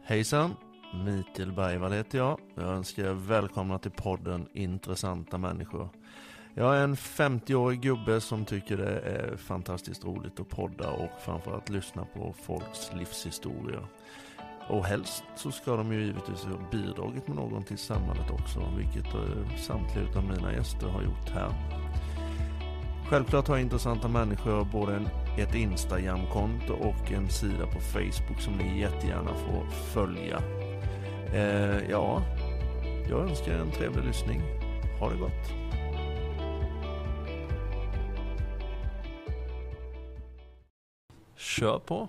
Hejsan, Mikael Bergvall heter jag. Jag önskar er välkomna till podden Intressanta människor. Jag är en 50-årig gubbe som tycker det är fantastiskt roligt att podda och framförallt lyssna på folks livshistorier. Och helst så ska de ju givetvis ha bidragit med någon till samhället också, vilket samtliga av mina gäster har gjort här. Självklart har Intressanta människor både ett Instagram-konto och en sida på Facebook som ni jättegärna får följa. Jag önskar en trevlig lyssning. Ha det gott! Kör på!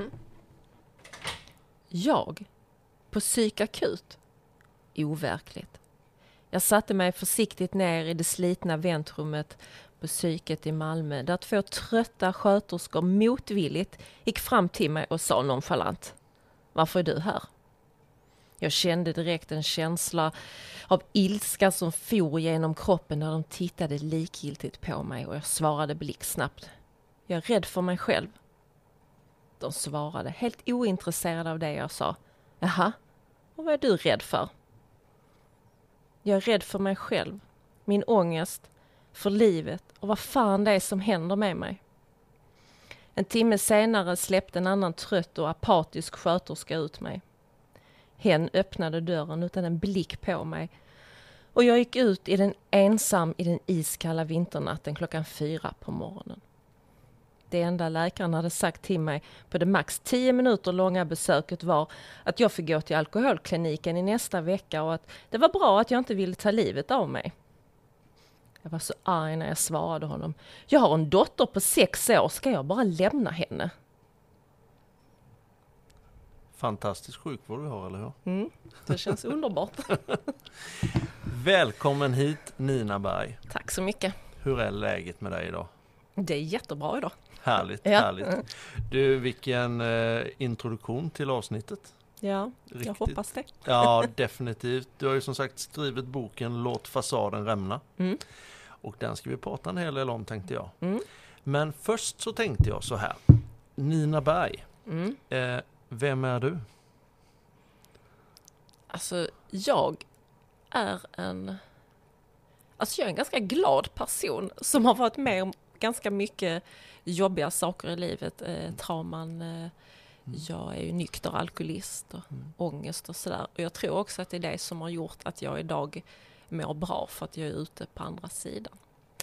Jag? På psykakut? Overkligt. Jag satte mig försiktigt ner i det slitna väntrummet på psyket i Malmö där 2 trötta sköterskor motvilligt gick fram till mig och sa nonchalant: "Varför är du här?" Jag kände direkt en känsla av ilska som for genom kroppen när de tittade likgiltigt på mig och jag svarade blixtsnabbt: "Jag är rädd för mig själv." De svarade helt ointresserade av det jag sa: "Jaha, och vad är du rädd för?" "Jag är rädd för mig själv, min ångest, för livet och vad fan det är som händer med mig." En timme senare släppte en annan trött och apatisk sköterska ut mig. Hen öppnade dörren utan en blick på mig och jag gick ut ensam i den iskalla vinternatten 4:00 på morgonen. Det enda läkaren hade sagt till mig på det max 10 minuter långa besöket var att jag fick gå till alkoholkliniken i nästa vecka och att det var bra att jag inte ville ta livet av mig. Jag var så arg när jag svarade honom: "Jag har en dotter på 6 år, ska jag bara lämna henne?" Fantastisk sjukvård vi har, eller hur? Det känns underbart. Välkommen hit, Nina Berg. Tack så mycket. Hur är läget med dig idag? Det är jättebra idag. Härligt, Ja. härligt. Du, vilken introduktion till avsnittet. Ja, Riktigt. jag hoppas det. Ja, definitivt. Du har ju som sagt skrivit boken Låt fasaden rämna. Och den ska vi prata en hel del om, tänkte jag. Men först så tänkte jag så här. Nina Berg, vem är du? Alltså, jag är en ganska glad person som har varit med om ganska mycket jobbiga saker i livet. Trauman, jag är ju nykter alkoholist och ångest och sådär. Och jag tror också att det är det som har gjort att jag idag mår bra, för att jag är ute på andra sidan.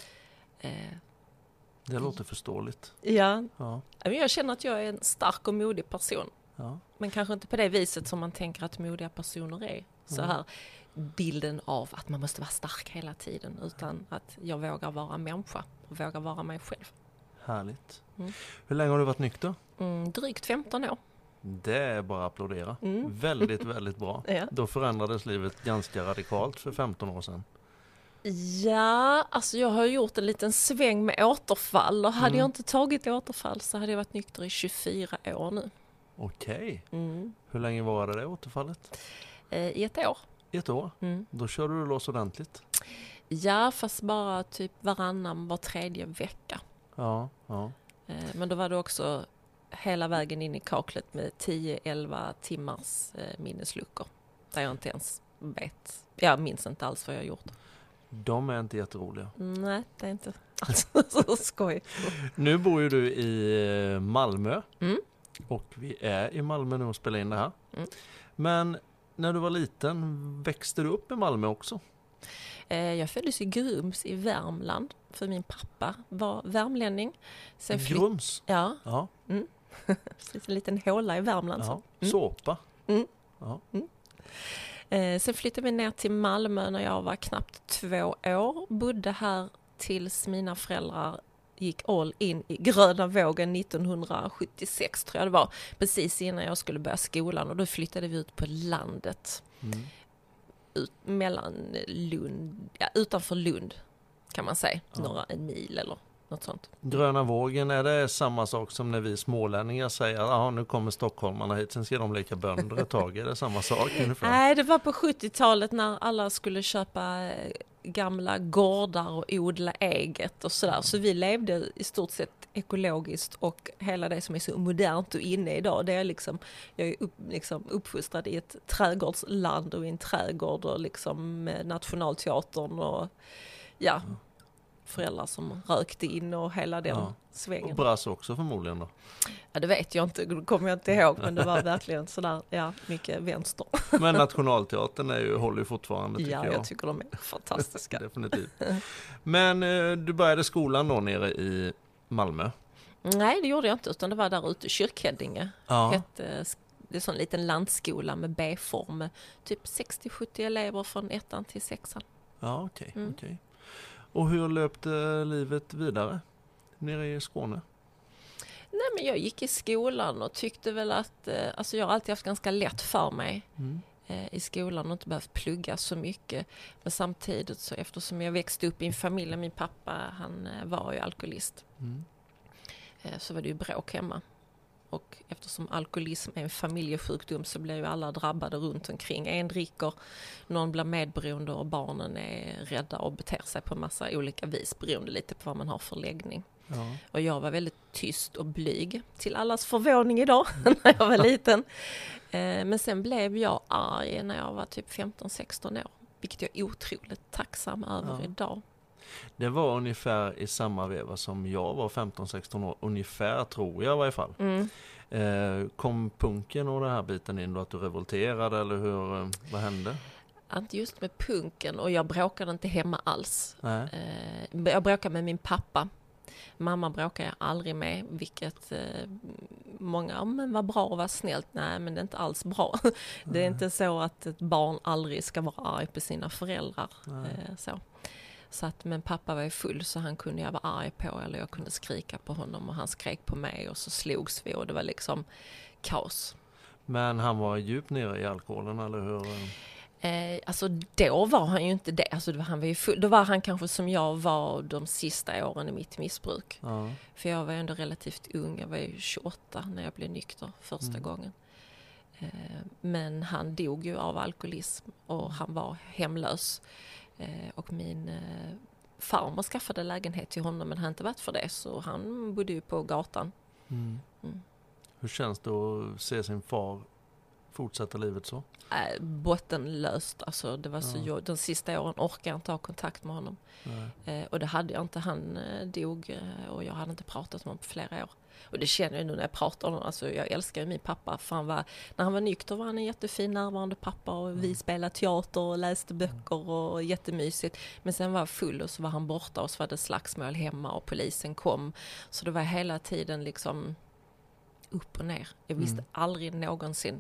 Det låter förståeligt. Ja. Ja. Jag känner att jag är en stark och modig person. Ja. Men kanske inte på det viset som man tänker att modiga personer är. Så här bilden av att man måste vara stark hela tiden, utan att jag vågar vara människa och vågar vara mig själv. Härligt. Hur länge har du varit nykter? Drygt 15 år. Det är bara att applådera. Väldigt, väldigt bra. Ja. Då förändrades livet ganska radikalt för 15 år sedan. Ja, alltså jag har gjort en liten sväng med återfall, och hade jag inte tagit återfall så hade jag varit nykter i 24 år nu. Okej. Hur länge var det återfallet? I ett år. I ett år? Då körde du loss ordentligt? Ja, fast bara typ var 3:e vecka. Ja. Men då var det också hela vägen in i kaklet med 10-11 timmars minnesluckor. Där jag inte ens vet. Jag minns inte alls vad jag har gjort. De är inte jätteroliga. Nej, det är inte alls så skoj. Nu bor ju du i Malmö. Och vi är i Malmö nu och spelar in det här. Men när du var liten, växte du upp i Malmö också? Jag föddes i Grums i Värmland, för min pappa var värmlänning. Grums? Ja. Precis, en liten håla i Värmland. Ja. Såpa? Ja. Sen flyttade vi ner till Malmö när jag var knappt 2 år. Bodde här tills mina föräldrar gick all in i gröna vågen 1976, tror jag det var. Precis innan jag skulle börja skolan, och då flyttade vi ut på landet. Mellan Lund, utanför Lund kan man säga. En mil eller något sånt. Gröna vågen, är det samma sak som när vi smålänningar säger att nu kommer stockholmarna hit, sen ska de leka bönder ett tag? Är det samma sak ungefär? Nej, det var på 70-talet när alla skulle köpa gamla gårdar och odla eget och sådär. Så vi levde i stort sett ekologiskt, och hela det som är så modernt och inne idag, det är liksom, jag är uppfostrad i ett trädgårdsland och i en trädgård och liksom med nationalteatern och föräldrar som rökte in och hela den svängen. Och brass också förmodligen då? Ja, det vet jag inte, det kommer jag inte ihåg, men det var verkligen sådär, mycket vänster. Men nationalteatern håller ju fortfarande, tycker jag. Ja, jag tycker de är fantastiska. Definitivt. Men du började skolan då nere i Malmö? Nej, det gjorde jag inte, utan det var där ute i Kyrkhäddinge. Ja. Det är en sån liten landskola med B-form, med typ 60-70 elever från 1:an till 6:an. Ja, okej. Och hur löpte livet vidare nere i Skåne? Nej, men jag gick i skolan och tyckte väl att jag har alltid haft ganska lätt för mig i skolan och inte behövt plugga så mycket. Men samtidigt så, eftersom jag växte upp i en familj, min pappa han var ju alkoholist, så var det ju bråk hemma. Och eftersom alkoholism är en familjesjukdom så blir ju alla drabbade runt omkring. En dricker, någon blir medberoende och barnen är rädda och beter sig på en massa olika vis beroende lite på vad man har för läggning. Ja. Och jag var väldigt tyst och blyg till allas förvåning idag när jag var liten. Men sen blev jag arg när jag var typ 15-16 år, vilket jag är otroligt tacksam över idag. Det var ungefär i samma veva som jag var 15-16 år, ungefär tror jag i varje fall. Kom punken och den här biten in då, att du revolterade, eller vad hände? Inte just med punken, och jag bråkade inte hemma alls. Jag bråkade med min pappa. Mamma bråkar jag aldrig med, vilket många, men vad bra och vad snällt. Nej, men det är inte alls bra. Det är inte så att ett barn aldrig ska vara arg på sina föräldrar. Så att, men pappa var ju full, så han kunde jag vara arg på, eller jag kunde skrika på honom och han skrek på mig, och så slogs vi och det var liksom kaos. Men han var djupt nere i alkoholen, eller hur? Alltså då var han ju inte det. Alltså han var ju full. Då var han kanske som jag var de sista åren i mitt missbruk. För jag var ändå relativt ung. Jag var ju 28 när jag blev nykter första gången. Men han dog ju av alkoholism och han var hemlös. Och min farmor skaffade lägenhet till honom, men han inte varit för det, så han bodde ju på gatan. Hur känns det att se sin far fortsätta livet så? Bottenlöst. Alltså det var så de sista åren orkade jag inte ha kontakt med honom. Och det hade jag inte. Han dog och jag hade inte pratat med honom på flera år. Och det känner jag nu när jag pratar om honom. Alltså jag älskar ju min pappa. För när han var nykter var han en jättefin närvarande pappa. Och vi spelade teater och läste böcker och jättemysigt. Men sen var jag full och så var han borta och så var det slagsmål hemma och polisen kom. Så det var hela tiden liksom upp och ner. Jag visste aldrig någonsin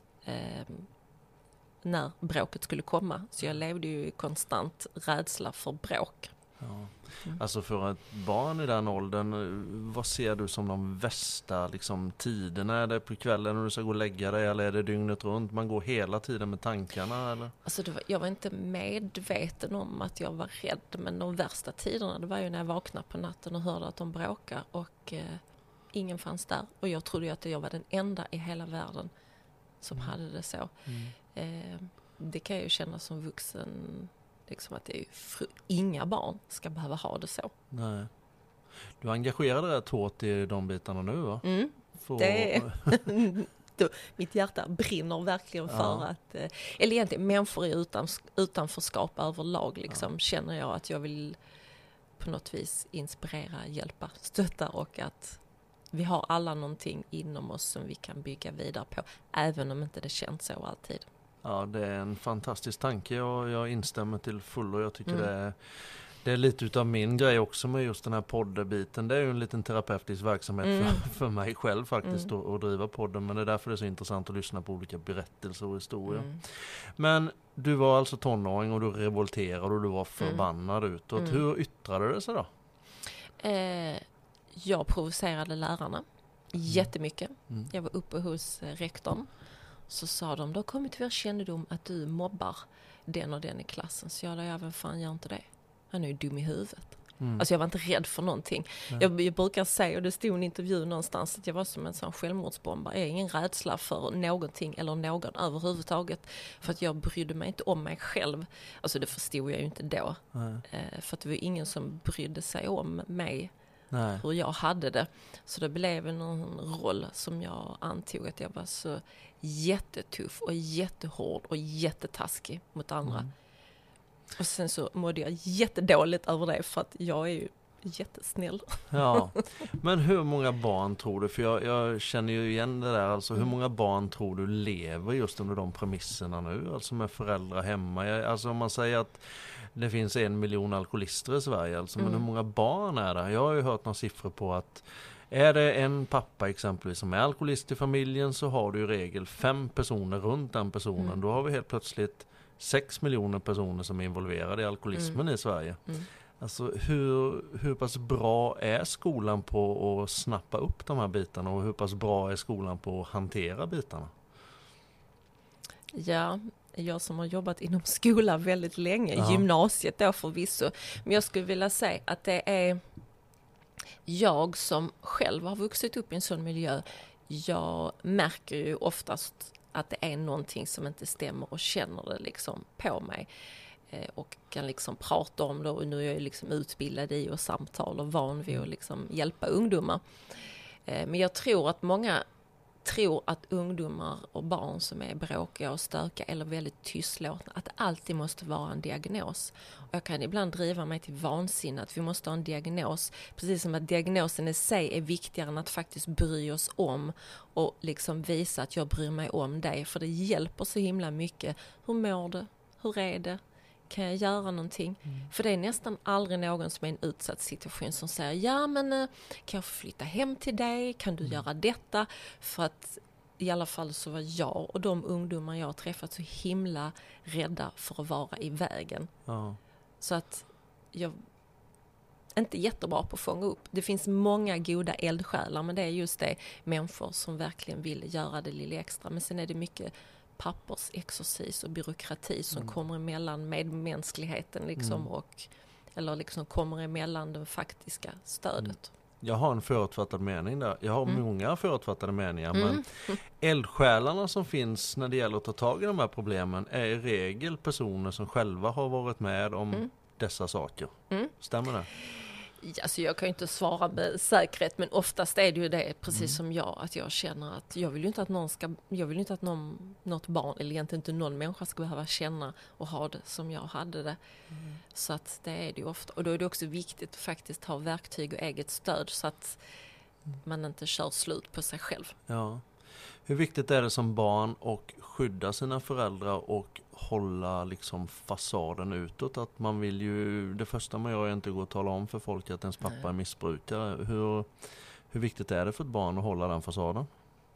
när bråket skulle komma. Så jag levde ju i konstant rädsla för bråk. Alltså för ett barn i den åldern, vad ser du som de värsta liksom, tiderna? Är det på kvällen när du ska gå och lägga dig, eller är det dygnet runt? Man går hela tiden med tankarna, eller? Alltså jag var inte medveten om att jag var rädd, men de värsta tiderna, det var ju när jag vaknade på natten och hörde att de bråkade och ingen fanns där. Och jag trodde ju att jag var den enda i hela världen som hade det så. Det kan jag ju känna som vuxen, liksom att det är inga barn ska behöva ha det så. Nej. Du engagerade dig rätt hårt i de bitarna nu, va? Det är mitt hjärta brinner verkligen för att, eller egentligen människor i utanförskap överlag liksom, känner jag att jag vill på något vis inspirera, hjälpa, stötta, och att vi har alla någonting inom oss som vi kan bygga vidare på, även om inte det känns så alltid. Ja, det är en fantastisk tanke och jag instämmer till full, och jag tycker det är lite utav min grej också med just den här poddbiten. Det är ju en liten terapeutisk verksamhet för mig själv faktiskt att driva podden, men det är därför det är så intressant att lyssna på olika berättelser och historier. Men du var alltså tonåring och du revolterade och du var förbannad utåt. Hur yttrade det sig då? Jag provocerade lärarna jättemycket. Jag var uppe hos rektorn. Så sa de, då har kommit till vår kännedom att du mobbar den och den i klassen. Så jag vem fan gör inte det? Han är ju dum i huvudet. Alltså jag var inte rädd för någonting. Jag brukar säga, och det stod en intervju någonstans, att jag var som en sån självmordsbombare. Jag har ingen rädsla för någonting eller någon överhuvudtaget. För att jag brydde mig inte om mig själv. Alltså det förstod jag ju inte då. För att det var ingen som brydde sig om mig. Nej. Hur jag hade det. Så det blev en roll som jag antog, att jag var så jättetuff och jättehård och jättetaskig mot andra. Och sen så mådde jag jättedåligt över det, för att jag är ju jättesnäll. Ja, men hur många barn tror du, för jag känner ju igen det där, alltså hur många barn tror du lever just under de premisserna nu, alltså med föräldrar hemma? Alltså om man säger att det finns 1 miljon alkoholister i Sverige, alltså, men hur många barn är det? Jag har ju hört några siffror på att är det en pappa exempelvis som är alkoholist i familjen, så har du i regel 5 personer runt den personen. Då har vi helt plötsligt 6 miljoner personer som är involverade i alkoholismen i Sverige. Alltså hur pass bra är skolan på att snappa upp de här bitarna, och hur pass bra är skolan på att hantera bitarna? Ja, jag som har jobbat inom skolan väldigt länge, gymnasiet då förvisso. Men jag skulle vilja säga att det är jag som själv har vuxit upp i en sån miljö. Jag märker ju oftast att det är någonting som inte stämmer och känner det liksom på mig. Och kan liksom prata om det, och nu är jag liksom utbildad i och samtal och van vid att liksom hjälpa ungdomar. Men jag tror att många tror att ungdomar och barn som är bråkiga och stökiga eller väldigt tystlåtna, att det alltid måste vara en diagnos. Och jag kan ibland driva mig till vansinne att vi måste ha en diagnos, precis som att diagnosen i sig är viktigare än att faktiskt bry oss om och liksom visa att jag bryr mig om dig, för det hjälper så himla mycket. Hur mår du? Hur är det? Kan jag göra någonting? För det är nästan aldrig någon som är i en utsatt situation som säger, ja men kan jag flytta hem till dig? Kan du göra detta? För att i alla fall så var jag och de ungdomar jag har träffat så himla rädda för att vara i vägen. Så att jag är inte jättebra på att fånga upp. Det finns många goda eldsjälar, men det är just det, människor som verkligen vill göra det lilla extra. Men sen är det mycket pappersexercis och byråkrati som kommer emellan med mänskligheten liksom, och eller liksom kommer emellan det faktiska stödet. Jag har en förutfattad mening där. Jag har många förutfattade meningar, men eldsjälarna som finns när det gäller att ta tag i de här problemen är i regel personer som själva har varit med om dessa saker. Stämmer det? Alltså jag kan ju inte svara med säkerhet, men oftast är det ju det, precis som jag, att jag känner att jag vill ju inte att något barn, eller egentligen inte någon människa, ska behöva känna och ha det som jag hade det. Så att det är det ju ofta, och då är det också viktigt att faktiskt ha verktyg och eget stöd, så att man inte kör slut på sig själv. Ja. Hur viktigt är det som barn att skydda sina föräldrar och hålla liksom fasaden utåt? Att man vill ju, det första man gör är inte gå och tala om för folk att ens pappa är missbrukare. Hur viktigt är det för ett barn att hålla den fasaden?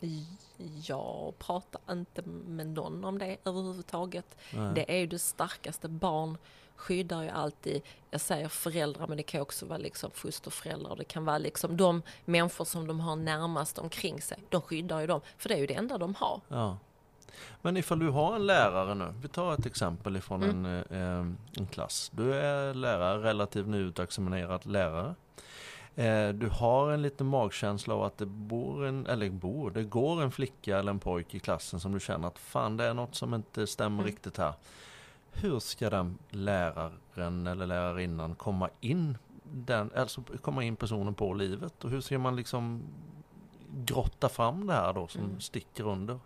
Jag pratar inte med någon om det överhuvudtaget. Det är ju det starkaste. Barn skyddar ju alltid, jag säger föräldrar, men det kan också vara liksom fosterföräldrar, det kan vara liksom de människor som de har närmast omkring sig. De skyddar ju dem, för det är ju det enda de har. Ja. Men ifall du har en lärare nu, vi tar ett exempel ifrån en klass. Du är lärare, relativt nyutexaminerad lärare. Du har en liten magkänsla av att det går en flicka eller en pojke i klassen som du känner att fan, det är något som inte stämmer riktigt här. Hur ska den läraren eller lärarinnan komma in personen på livet, och hur ska man liksom grotta fram det här då som sticker under?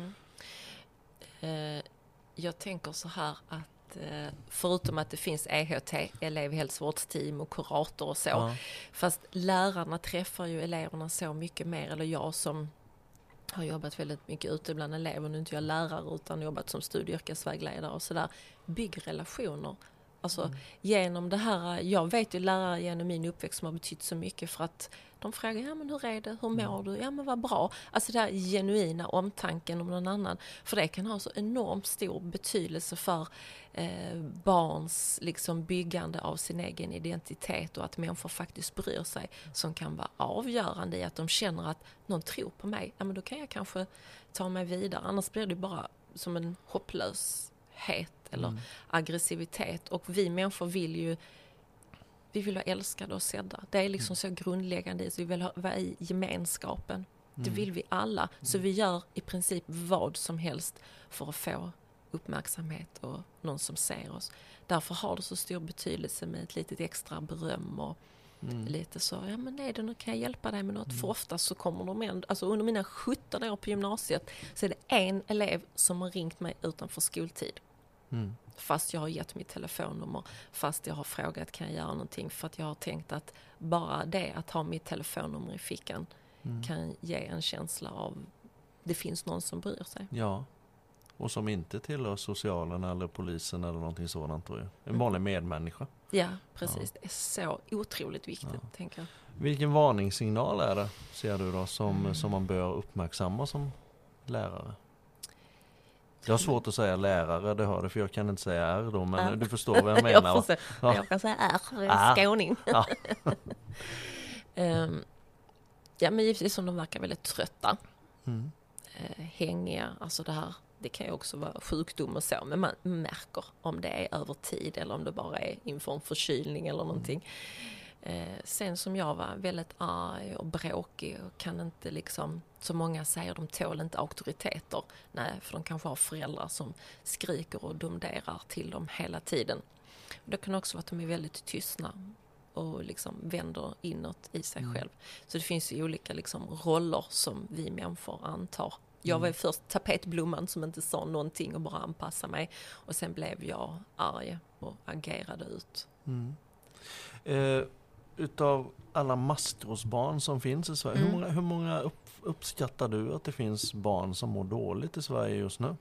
Jag tänker så här att förutom att det finns EHT, elevhälsovårdsteam och kurator och så, fast lärarna träffar ju eleverna så mycket mer, eller jag som har jobbat väldigt mycket ute bland elever, nu är inte jag lärare utan jobbat som studieyrkesvägledare och sådär, bygger relationer. Alltså genom det här, jag vet ju lärare genom min uppväxt som har betytt så mycket, för att de frågar, ja men hur är det, hur mår du, ja men vad bra. Alltså det här genuina omtanken om någon annan, för det kan ha så enormt stor betydelse för barns liksom byggande av sin egen identitet, och att människor faktiskt bryr sig, som kan vara avgörande i att de känner att någon tror på mig, ja men då kan jag kanske ta mig vidare, annars blir det bara som en hopplöshet eller aggressivitet. Och vi människor vill vi vill vara älskade och sedda. Det är liksom så grundläggande, så vi vill vara i gemenskapen. Det vill vi alla. Så vi gör i princip vad som helst för att få uppmärksamhet och någon som ser oss. Därför har det så stor betydelse med ett litet extra beröm och lite så, ja men är det nu, kan jag hjälpa dig med något? För ofta så kommer de med, alltså under mina 17 år på gymnasiet så är det en elev som har ringt mig utanför skoltid. Fast jag har gett mitt telefonnummer, fast jag har frågat kan jag göra någonting, för att jag har tänkt att bara det att ha mitt telefonnummer i fickan kan ge en känsla av det finns någon som bryr sig. Ja, och som inte tillhör socialen eller polisen eller någonting sådant, tror jag. En vanlig medmänniska. Ja, precis. Det är så otroligt viktigt, tänker jag. Vilken varningssignal är det, ser du då, som man bör uppmärksamma som lärare? Jag har svårt att säga lärare, det hör det, för jag kan inte säga R då, men du förstår vad jag menar. Jag kan säga R, jag är skåning. Ja. Ja, men givetvis som de verkar väldigt trötta. Hängiga, alltså det kan ju också vara sjukdom och så, men man märker om det är över tid eller om det bara är inför en förkylning eller någonting. Sen som jag var väldigt arg och bråkig och kan inte liksom, som många säger, de tål inte auktoriteter. Nej, för de kanske har föräldrar som skriker och domderar till dem hela tiden. Det kan också vara att de är väldigt tystna och liksom vänder inåt i sig själv. Så det finns ju olika liksom roller som vi människor antar. Jag var ju först tapetblomman som inte sa någonting och bara anpassade mig. Och sen blev jag arg och agerade ut. Utav alla maskrosbarn som finns i Sverige, hur många uppskattar du att det finns barn som mår dåligt i Sverige just nu?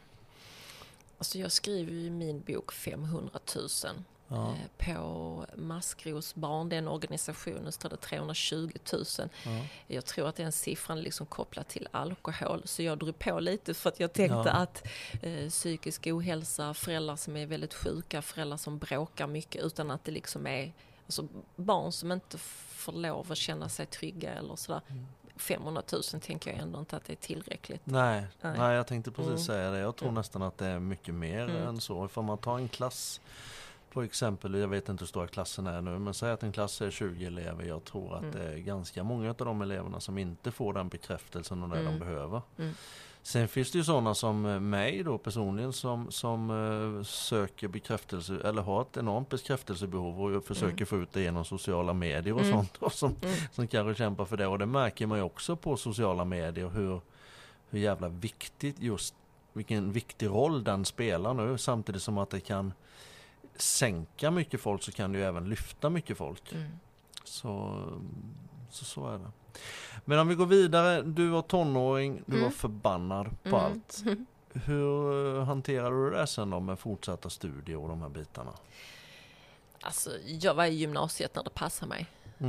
Alltså jag skriver ju i min bok 500 000. Ja. På Maskrosbarn, den organisationen, står det 320 000. Ja. Jag tror att den siffran liksom kopplad till alkohol, så jag drog på lite för att jag tänkte att psykisk ohälsa, föräldrar som är väldigt sjuka, föräldrar som bråkar mycket utan att det liksom är, alltså barn som inte får lov att känna sig trygga eller sådär. 500 000 tänker jag ändå inte att det är tillräckligt. Nej, jag tänkte precis säga det. Jag tror nästan att det är mycket mer än så. För man tar en klass, på exempel, jag vet inte hur stora klassen är nu, men säg att en klass är 20 elever. Jag tror att det är ganska många av de eleverna som inte får den bekräftelsen och det de behöver. Sen finns det ju sådana som mig då personligen som söker bekräftelse eller har ett enormt bekräftelsebehov och försöker få ut det genom sociala medier och sånt och som kanske kämpar för det. Och det märker man ju också på sociala medier hur jävla viktigt vilken viktig roll den spelar nu, samtidigt som att det kan sänka mycket folk, så kan det ju även lyfta mycket folk. Så är det. Men om vi går vidare, du var tonåring, du var förbannad på allt. Hur hanterar du det sen då med fortsatta studier och de här bitarna? Alltså, jag var i gymnasiet när det passade mig.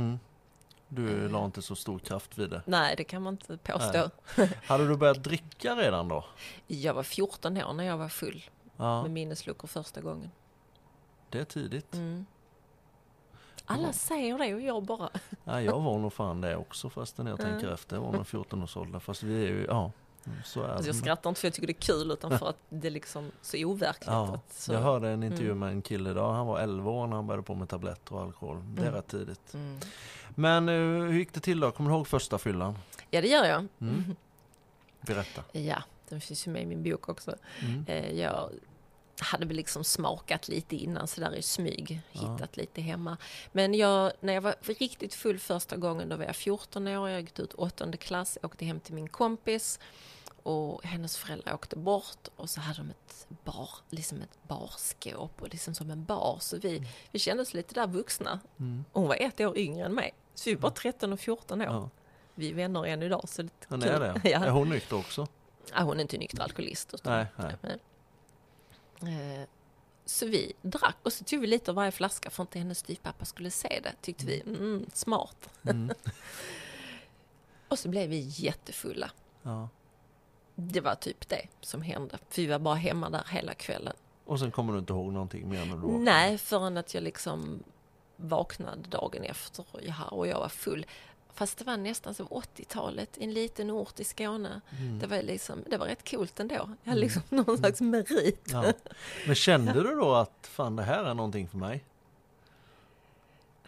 Du la inte så stor kraft vid det. Nej, det kan man inte påstå. Hade du börjat dricka redan då? Jag var 14 år när jag var full med minnesluckor första gången. Det är tidigt. Alla säger det och jag bara... Ja, jag var nog fan det också, fast när jag tänker efter. Jag var nog 14-årsåldern, fast vi är ju... så är alltså jag skrattar inte för jag tycker det är kul, utan för att det är liksom så overkligt. Jag hörde en intervju med en kille idag. Han var 11 år när han började på med tabletter och alkohol. Det är rätt tidigt. Men hur gick det till då? Kommer du ihåg första fyllan? Ja, det gör jag. Berätta. Ja, den finns ju med i min bok också. Jag hade väl liksom smakat lite innan så där i smyg, hittat lite hemma. Men när jag var riktigt full första gången, då var jag 14 år, jag gick ut 8:e klass, åkte hem till min kompis och hennes föräldrar åkte bort och så hade de ett barskåp och liksom som en bar, så vi kändes lite där vuxna. Hon var 1 år yngre än mig, så vi var 13 och 14 år. Vi är vänner än idag. Så det är det? Ja. Är hon nykter också? Ja, hon är inte nykter alkoholist. Nej. Så vi drack och så tog vi lite av varje flaska för att inte hennes styvpappa skulle se det. Tyckte vi, smart. Och så blev vi jättefulla. Ja. Det var typ det som hände. För vi var bara hemma där hela kvällen. Och sen kommer du inte ihåg någonting mer när du var? Nej, förrän att jag liksom vaknade dagen efter och jag var full. Fast det var nästan som 80-talet i en liten ort i Skåne. Det var rätt coolt ändå. Jag hade liksom någon slags merit. Ja. Men kände du då att fan, det här är någonting för mig?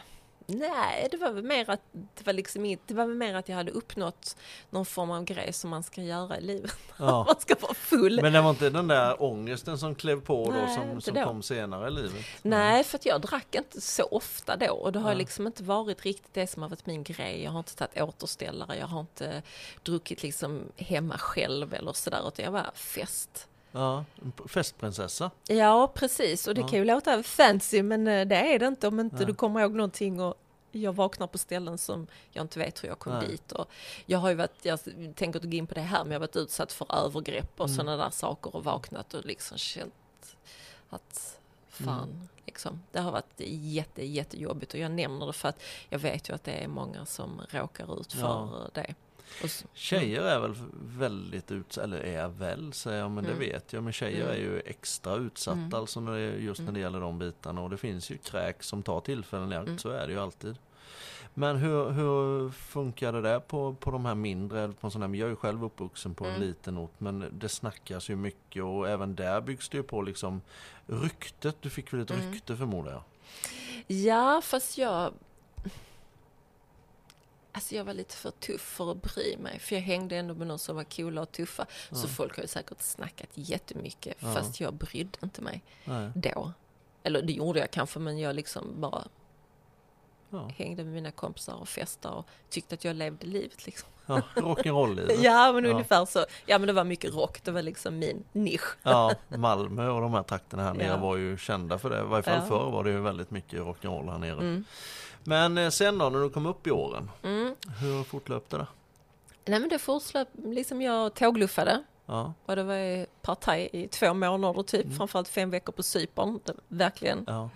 Nej, det var väl mer att det var väl mer att jag hade uppnått någon form av grej som man ska göra i livet. Ja. Man ska vara full. Men det var inte den där ångesten som klev på Nej, då som då. kom senare i livet? Nej, för att jag drack inte så ofta då och det har Nej. liksom inte varit riktigt det som har varit min grej. Jag har inte tagit återställare, jag har inte druckit liksom hemma själv eller sådär, utan jag var fest. Ja, festprinsessa. Ja, precis. Och det kan ju låta fancy, men det är det inte om inte du kommer ihåg någonting och jag vaknar på ställen som jag inte vet hur jag kom dit. Och jag har ju jag tänker inte gå in på det här, men jag har varit utsatt för övergrepp och sådana där saker och vaknat och liksom känt att fan, liksom, det har varit jättejobbigt och jag nämner det för att jag vet ju att det är många som råkar ut för det. Tjejer är väl väldigt utsatta, eller är väl säger jag, men det vet jag, men tjejer är ju extra utsatta alltså när det gäller de bitarna, och det finns ju kräk som tar tillfällen i akt, så är det ju alltid. Men hur funkar det där på de här mindre, på sån här, jag är ju själv uppvuxen på en liten ort, men det snackas ju mycket och även där byggs det ju på liksom ryktet, du fick väl ett rykte förmodar jag? Ja, fast jag var lite för tuff för att bry mig. För jag hängde ändå med någon som var coola och tuffa. Så folk har ju säkert snackat jättemycket. Fast jag brydde inte mig då. Eller det gjorde jag kanske, men jag liksom bara hängde med mina kompisar och festade och tyckte att jag levde livet liksom. Ja, rock'n'roll-livet. Ja, men ungefär så. Ja, men det var mycket rock. Det var liksom min nisch. Ja, Malmö och de här trakterna här nere var ju kända för det. I varje fall förr var det ju väldigt mycket rock'n'roll här nere. Men sen då, när du kom upp i åren, hur fortlöpte det? Nej, men det fortlöp, liksom jag tågluffade. Ja. Och det var partaj i 2 månader typ, framförallt 5 veckor på Cypern, verkligen. Ja.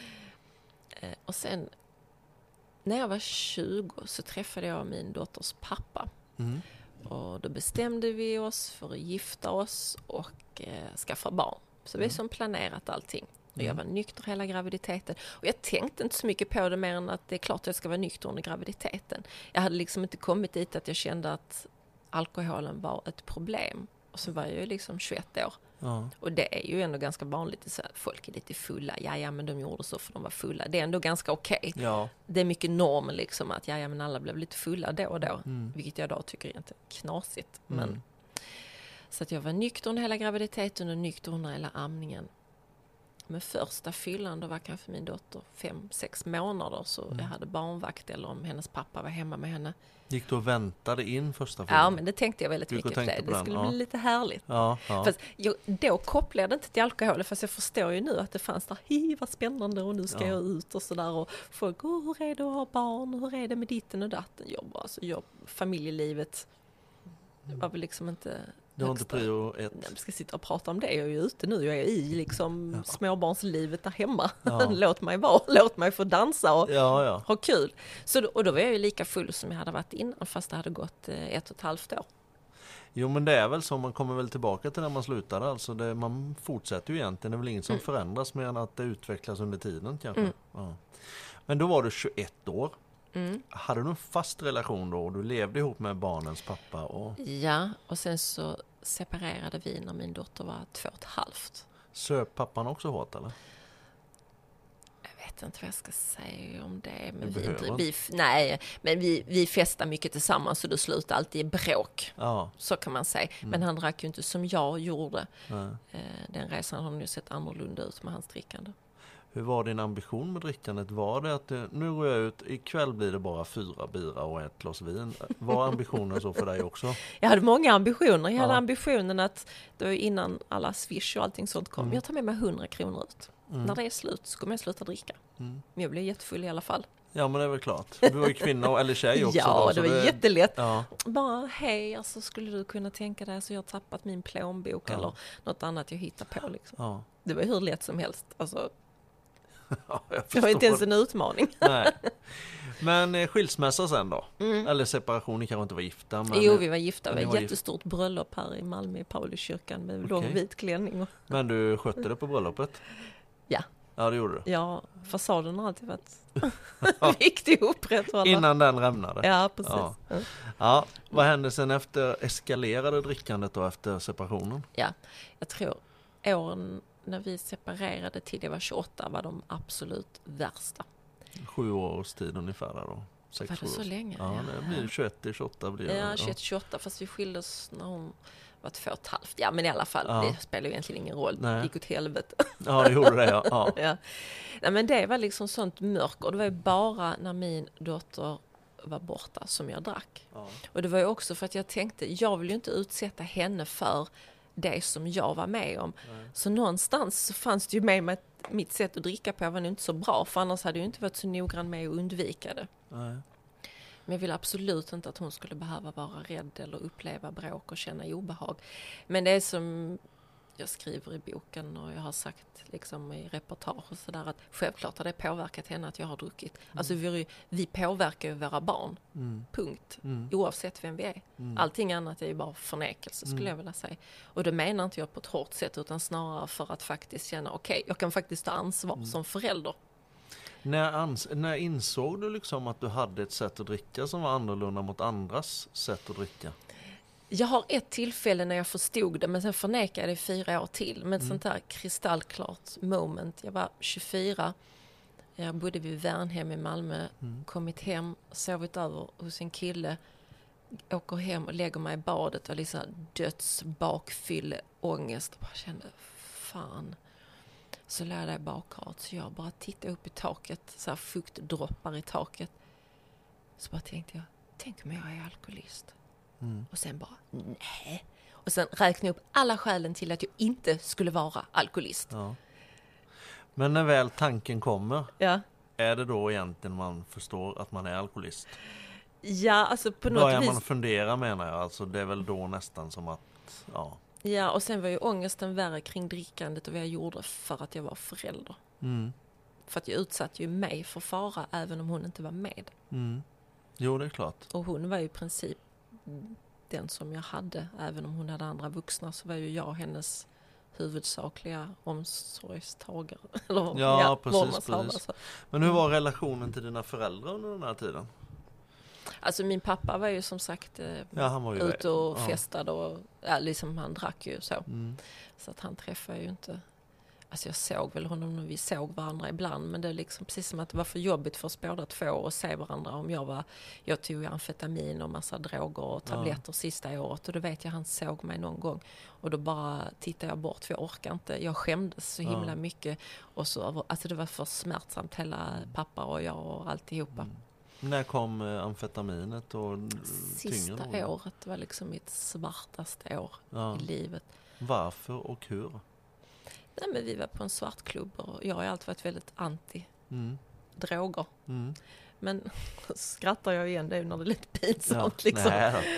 Och sen, när jag var 20 så träffade jag min dotters pappa. Och då bestämde vi oss för att gifta oss och skaffa barn. Så vi har som planerat allting. Och jag var nykter hela graviditeten. Och jag tänkte inte så mycket på det mer än att det är klart att jag ska vara nykter under graviditeten. Jag hade liksom inte kommit dit att jag kände att alkoholen var ett problem. Och så var jag ju liksom 21 år. Ja. Och det är ju ändå ganska vanligt så att folk är lite fulla. Ja, men de gjorde så för de var fulla. Det är ändå ganska okej. Ja. Det är mycket normen liksom att ja, men alla blev lite fulla då och då. Vilket jag då tycker är inte knasigt. Men, så att jag var nykter under hela graviditeten och nykter under hela amningen. Men första fyllan, då var kanske min dotter 5-6 månader, så jag hade barnvakt eller om hennes pappa var hemma med henne. Gick du och väntade in första fyllan? Ja, men det tänkte jag väldigt mycket på det. Det skulle bli lite härligt. Ja. Fast då kopplade jag det inte till alkohol, fast jag förstår ju nu att det fanns där, vad spännande och nu ska jag ut och sådär. Och folk, hur är det att ha barn? Hur är det med ditten och datten? Familjelivet var väl liksom inte... Det var inte prio 1. Jag ska sitta och prata om det. Jag är ju ute nu. Jag är i liksom småbarnslivet där hemma. Låt mig vara. Låt mig få dansa och ha kul. Och då var jag ju lika full som jag hade varit innan, fast det hade gått 1,5 år. Jo, men det är väl så. Man kommer väl tillbaka till när man slutade. Alltså man fortsätter ju egentligen. Det är väl inget som förändras mer än att det utvecklas under tiden kanske. Ja. Men då var du 21 år. Hade du en fast relation då och du levde ihop med barnens pappa? Ja, och sen så separerade vi när min dotter var 2,5. Söp pappan också hårt eller? Jag vet inte vad jag ska säga om det. Men vi festade mycket tillsammans, så det slutade alltid i bråk. Ja. Så kan man säga. Men han drack ju inte som jag gjorde. Den resan har nu sett annorlunda ut med hans drickande. Hur var din ambition med drickandet? Var det att nu går jag ut, ikväll blir det bara 4 bira och 1 glas vin? Var ambitionen så för dig också? Jag hade många ambitioner. Jag hade ambitionen att då innan alla Swish och allting sånt kom, jag tar med mig 100 kronor ut. När det är slut så kommer jag sluta dricka. Men jag blev jättefull i alla fall. Ja, men det är väl klart. Du var ju kvinna eller tjej också. Ja, då, det var jättelätt. Ja. Bara, hej, alltså, skulle du kunna tänka dig så jag har tappat min plånbok eller något annat jag hittar på. Liksom. Ja. Det var hur lätt som helst. Alltså, det var inte ens en utmaning. Nej. Men skilsmässa sen då? Eller separation, ni kanske inte var gifta? Men, jo, vi var gifta. Det var ett jättestort bröllop här i Malmö i Pauliskyrkan med lång vit klänning. Men du skötte det på bröllopet? Ja. Ja, det gjorde du. Ja, fasaden har alltid varit viktig att upprätthålla. Innan den rämnade. Ja, precis. Ja, vad hände sen efter eskalerade drickandet då efter separationen? Ja, jag tror åren när vi separerade till det var 28 var de absolut värsta. 7 års tid ungefär då. Var det så länge? Ja, det blir 21-28 blir det. Ja, 21-28, fast vi skildes när hon var 2,5. Ja, men i alla fall, det spelar ju egentligen ingen roll. Nej. Det gick åt helvete. Ja, det gjorde det, ja. Ja. Nej, men det var liksom sånt mörker. Det var ju bara när min dotter var borta som jag drack. Ja. Och det var ju också för att jag tänkte, jag vill ju inte utsätta henne för det som jag var med om. Nej. Så någonstans så fanns det ju med mig att mitt sätt att dricka på var nog inte så bra, för annars hade jag inte varit så noggrann med att undvika det. Nej. Men jag vill absolut inte att hon skulle behöva vara rädd eller uppleva bråk och känna obehag. Men det är som jag skriver i boken och jag har sagt liksom i reportage och sådär, att självklart har det påverkat henne att jag har druckit. Alltså vi påverkar ju våra barn. Punkt. Oavsett vem vi är. Allting annat är ju bara förnekelse, skulle jag vilja säga. Och det menar inte jag på ett hårt sätt, utan snarare för att faktiskt känna okej, jag kan faktiskt ta ansvar som förälder. När insåg du liksom att du hade ett sätt att dricka som var annorlunda mot andras sätt att dricka? Jag har ett tillfälle när jag förstod det, men sen förnekade jag det i 4 år till. Men sånt här kristallklart moment. Jag var 24. Jag bodde vid Värnhem i Malmö. Kommit hem, sovit över hos en kille. Åker hem och lägger mig i badet och liksom dödsbakfylle ångest. Och bara kände, fan. Så lärde jag där i badkaret. Så jag bara tittade upp i taket. Så här fuktdroppar i taket. Så bara tänkte jag, tänk om jag är alkoholist. Och sen bara, nej. Och sen räknade jag upp alla skälen till att jag inte skulle vara alkoholist. Ja. Men när väl tanken kommer, är det då egentligen man förstår att man är alkoholist? Ja, alltså på något börjar vis. Man fundera, menar jag. Alltså det är väl då nästan som att, Ja, och sen var ju ångesten värre kring drickandet och vad jag gjorde för att jag var förälder. För att jag utsatte ju mig för fara även om hon inte var med. Jo, det är klart. Och hon var ju i princip den som jag hade. Även om hon hade andra vuxna så var ju jag hennes huvudsakliga omsorgstagare. Eller, precis. Men hur var relationen till dina föräldrar under den här tiden? Alltså min pappa var ju som sagt han var ju ute och festade och liksom han drack ju så. Så att han träffade ju inte. Alltså jag såg väl honom och vi såg varandra ibland, men det är liksom precis som att det var för jobbigt för oss båda två att se varandra. Om jag tog amfetamin och massa droger och tabletter sista året, och då vet jag han såg mig någon gång och då bara tittade jag bort för jag orkar inte. Jag skämdes så himla mycket och så, alltså det var för smärtsamt hela pappa och jag och alltihopa. När kom amfetaminet och sista året var liksom mitt svartaste år i livet. Varför och hur? Nej, men vi var på en svartklubb och jag har alltid varit väldigt anti droger. Men skrattar jag igen, det är när det är lite pinsamt liksom.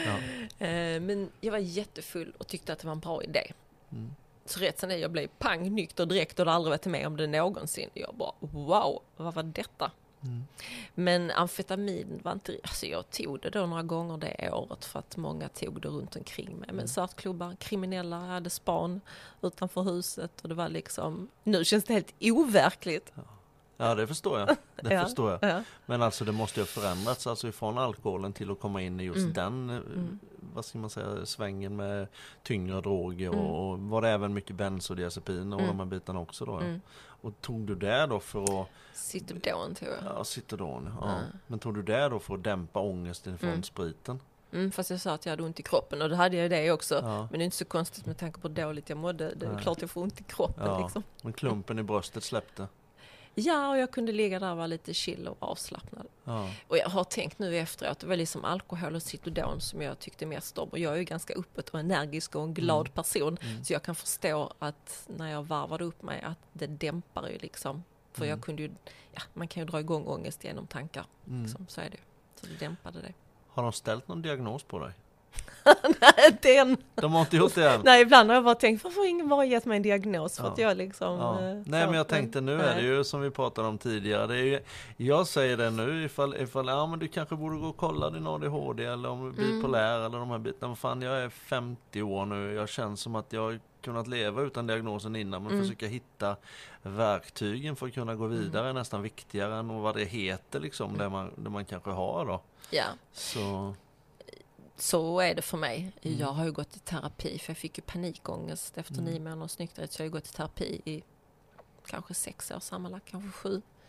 Men jag var jättefull och tyckte att det var en bra idé. Så rätt sen jag blev pang nykter direkt och hade aldrig varit med om det någonsin. Jag bara, wow, vad var detta? Men amfetamin var inte, alltså jag tog det då några gånger det året för att många tog det runt omkring mig. Men svartklubbar, kriminella, jag hade span utanför huset och det var liksom, nu känns det helt overkligt. Ja, det förstår jag. Det förstår jag. Ja. Men alltså det måste ju ha förändrats alltså ifrån alkoholen till att komma in i just den, vad ska man säga, svängen med tyngre droger och var det även mycket benzodiazepin och de här bitarna också då. Ja. Och tog du det då för att... Citodon tror jag. Ja, Citodon. Ja. Men tog du det då för att dämpa ångesten från spriten? Fast jag sa att jag hade ont i kroppen och då hade jag det också. Ja. Men det är inte så konstigt med tanke på hur dåligt jag mådde. Det är klart jag får ont i kroppen liksom. Men klumpen i bröstet släppte? Ja, och jag kunde ligga där och vara lite chill och avslappnad. Ja. Och jag har tänkt nu efteråt, det var liksom alkohol och Citodon som jag tyckte mest om. Och jag är ju ganska öppet och energisk och en glad person. Så jag kan förstå att när jag varvade upp mig att det dämpar ju liksom. För jag kunde ju, man kan ju dra igång ångest genom tankar. Liksom, så är det. Så det dämpade det. Har de ställt någon diagnos på dig? Nej, de har inte gjort det än. Nej, ibland har jag bara tänkt, varför har ingen bara gett mig en diagnos? För att jag liksom... Nej, men jag tänkte nu är det ju som vi pratade om tidigare. Det är ju, jag säger det nu, ifall men du kanske borde gå och kolla din ADHD eller om du är bipolär eller de här bitarna. Fan, jag är 50 år nu. Jag känns som att jag har kunnat leva utan diagnosen innan. Men försöka hitta verktygen för att kunna gå vidare är nästan viktigare än vad det heter liksom, det man kanske har då. Ja. Så är det för mig. Jag har ju gått i terapi för jag fick ju panikångest efter 9 månaders nykterhet, så jag har gått i terapi i kanske 6 år sammanlagt, kanske 7.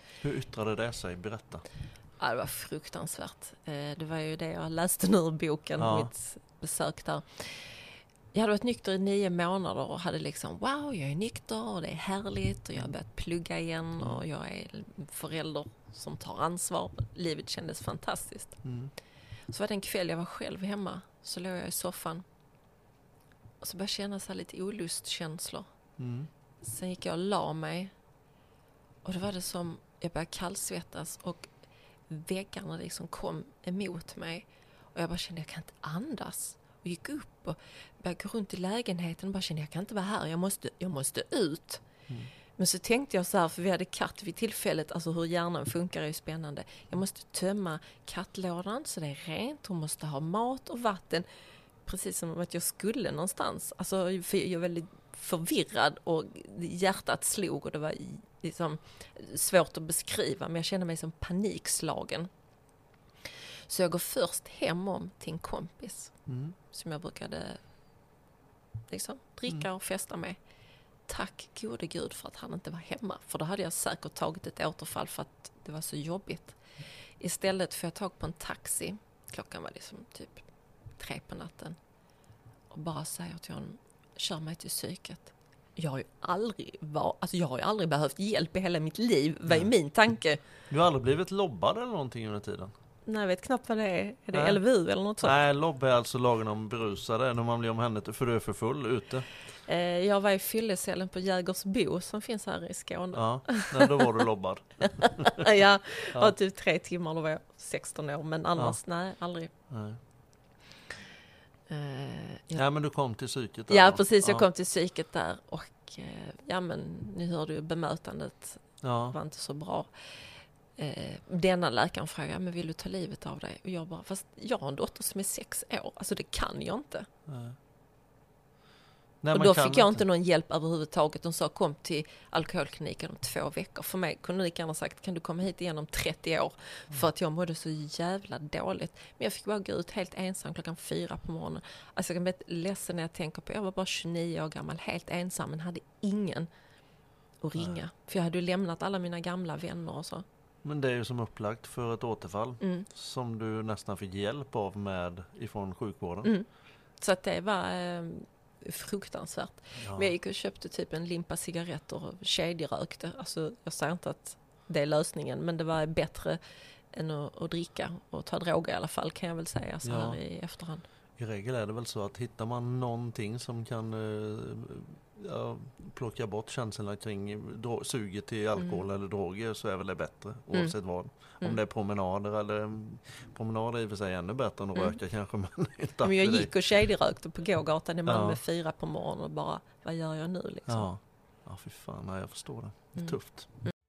Hur yttrade det sig? Berätta. Ja, det var fruktansvärt. Det var ju det jag läste nu ur boken, mitt besök där. Jag hade varit nykter i 9 månader och hade liksom, wow, jag är nykter och det är härligt och jag har börjat plugga igen och jag är förälder som tar ansvar. Livet kändes fantastiskt. Så var det en kväll jag var själv hemma, så låg jag i soffan och så började jag känna så här lite olustkänslor. Sen gick jag och la mig och då var det som jag började kallsvettas och väggarna liksom kom emot mig och jag bara kände jag kan inte andas. Och gick upp och började gå runt i lägenheten och bara kände jag kan inte vara här, jag måste ut. Men så tänkte jag så här, för vi hade katt vid tillfället, alltså hur hjärnan funkar är ju spännande. Jag måste tömma kattlådan så det är rent, hon måste ha mat och vatten. Precis som att jag skulle någonstans. Alltså för jag var väldigt förvirrad och hjärtat slog och det var liksom svårt att beskriva, men jag kände mig som panikslagen. Så jag går först hem till en kompis som jag brukade liksom dricka och festa med. Tack gode Gud för att han inte var hemma. För då hade jag säkert tagit ett återfall för att det var så jobbigt. Istället får jag tag på en taxi. Klockan var liksom typ 3 på natten. Och bara säger till honom, kör mig till psyket. Jag har ju aldrig behövt hjälp i hela mitt liv. Vad är min tanke? Du har aldrig blivit lobbad eller någonting under tiden? Nej, jag vet knappt vad det är. Är det LVU eller något sånt? Nej, lobb är alltså lagen om berusade när man blir omhändertagen för du är för full ute. Jag var i fyllecellen på Jägersbo som finns här i Skåne. Ja, nej, då var du lobbad. Ja, var typ 3 timmar, då var jag 16 år. Men annars, nej, aldrig. Nej. Ja, men du kom till psyket där. Ja, precis. Jag kom till psyket där. Och men nu hör du bemötandet. Var inte så bra. Denna läkaren frågade, men vill du ta livet av dig? Och jag bara, fast jag har en dotter som är 6 år. Alltså det kan jag inte. Nej, och då fick jag inte någon hjälp överhuvudtaget. De sa, kom till alkoholkliniken om 2 veckor. För mig kunde de gärna sagt, kan du komma hit igen om 30 år? För att jag mådde så jävla dåligt. Men jag fick bara gå ut helt ensam klockan 4 på morgonen. Alltså jag kan bli ledsen när jag tänker på, jag var bara 29 år gammal, helt ensam. Men hade ingen att ringa. För jag hade ju lämnat alla mina gamla vänner och så. Men det är ju som upplagt för ett återfall som du nästan fick hjälp av med ifrån sjukvården. Så att det var fruktansvärt. Men jag gick och köpte typ en limpa cigaretter och kedjerökte. Alltså jag säger inte att det är lösningen, men det var bättre än att dricka och ta droger i alla fall, kan jag väl säga så här i efterhand. I regel är det väl så att hittar man någonting som kan plocka bort känslorna kring suget till alkohol eller droger, så är väl det bättre oavsett vad. Om det är promenader är i och för sig ännu bättre än att röka kanske. Men jag gick och kedjerökte på gågatan i Malmö 4 på morgonen och bara, vad gör jag nu liksom? Ja fy fan, jag förstår det. Det är tufft.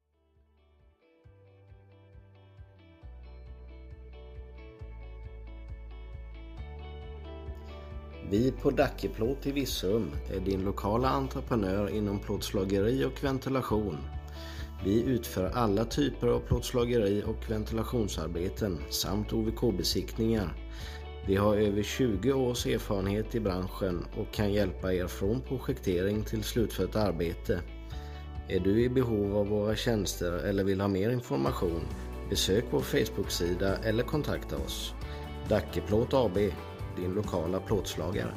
Vi på Dackeplåt i Virserum är din lokala entreprenör inom plåtslageri och ventilation. Vi utför alla typer av plåtslageri och ventilationsarbeten samt OVK-besiktningar. Vi har över 20 års erfarenhet i branschen och kan hjälpa er från projektering till slutfört arbete. Är du i behov av våra tjänster eller vill ha mer information, besök vår Facebook-sida eller kontakta oss. Dackeplåt AB, din lokala plåtslagare.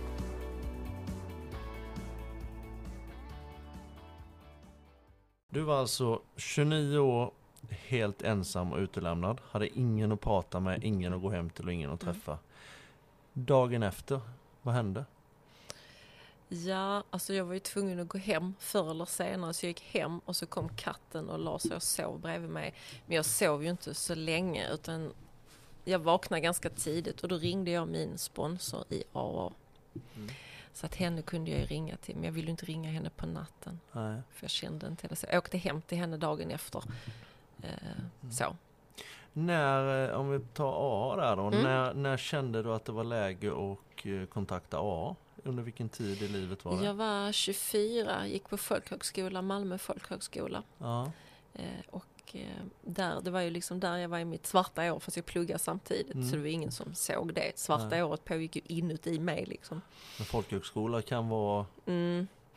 Du var alltså 29 år, helt ensam och utelämnad. Hade ingen att prata med, ingen att gå hem till och ingen att träffa. Dagen efter, vad hände? Ja, alltså jag var ju tvungen att gå hem förr eller senare, så jag gick hem och så kom katten och la sig och sov bredvid mig. Men jag sov ju inte så länge, utan jag vaknade ganska tidigt och då ringde jag min sponsor i AA. Så att henne kunde jag ju ringa till, men jag ville inte ringa henne på natten. Nej. För jag kände inte det. Så jag åkte hem till henne dagen efter. Så. Om vi tar AA där då, när kände du att det var läge att kontakta AA? Under vilken tid i livet var det? Jag var 24, gick på folkhögskola, Malmö folkhögskola. Ja. Och det var ju liksom där jag var i mitt svarta år, fast jag pluggade samtidigt. Så det var ingen som såg det. Svarta året pågick ju inuti mig liksom. Men folkhögskola kan vara...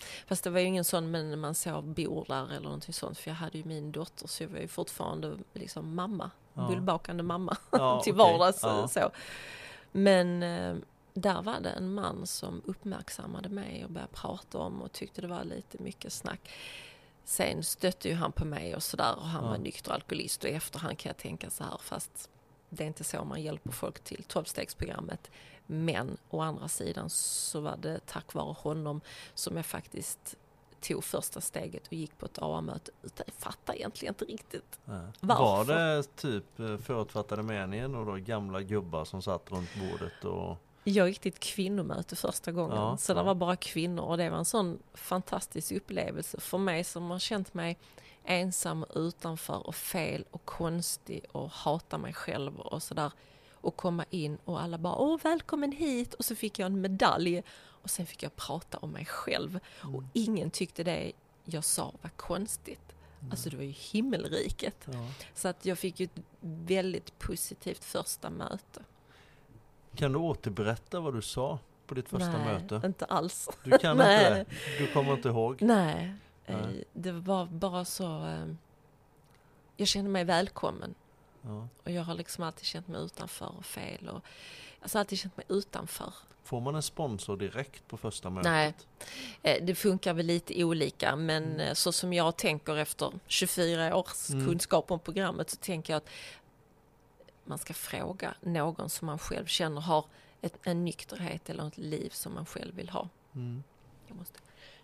Fast det var ju ingen sån, men man såg bor där eller någonting sånt. För jag hade ju min dotter, så jag var ju fortfarande liksom mamma. Bullbakande mamma till vardags. Så. Men där var det en man som uppmärksammade mig och började prata om och tyckte det var lite mycket snack. Sen stötte ju han på mig och sådär, och han var nykter alkoholist, och i efterhand kan jag tänka så här, fast det är inte så man hjälper folk till 12-stegsprogrammet. Men å andra sidan så var det tack vare honom som jag faktiskt tog första steget och gick på ett AA-möte. Jag fattar egentligen inte riktigt varför. Var det typ förutfattade meningen och då gamla gubbar som satt runt bordet? Och... Jag gick till ett kvinnomöte första gången, så det var bara kvinnor, och det var en sån fantastisk upplevelse för mig som har känt mig ensam och utanför och fel och konstig och hata mig själv och sådär, och komma in och alla bara välkommen hit, och så fick jag en medalj och sen fick jag prata om mig själv och ingen tyckte det jag sa var konstigt. Alltså det var ju himmelriket. Så att jag fick ju ett väldigt positivt första möte. Kan du återberätta vad du sa på ditt första möte? Nej, inte alls. Du kan inte det? Du kommer inte ihåg? Nej. Det var bara så... jag kände mig välkommen. Och jag har liksom alltid känt mig utanför och fel. Och, alltså alltid känt mig utanför. Får man en sponsor direkt på första mötet? Nej, det funkar väl lite olika. Men så som jag tänker efter 24 års kunskap om programmet, så tänker jag att man ska fråga någon som man själv känner har en nykterhet eller ett liv som man själv vill ha. Jag måste...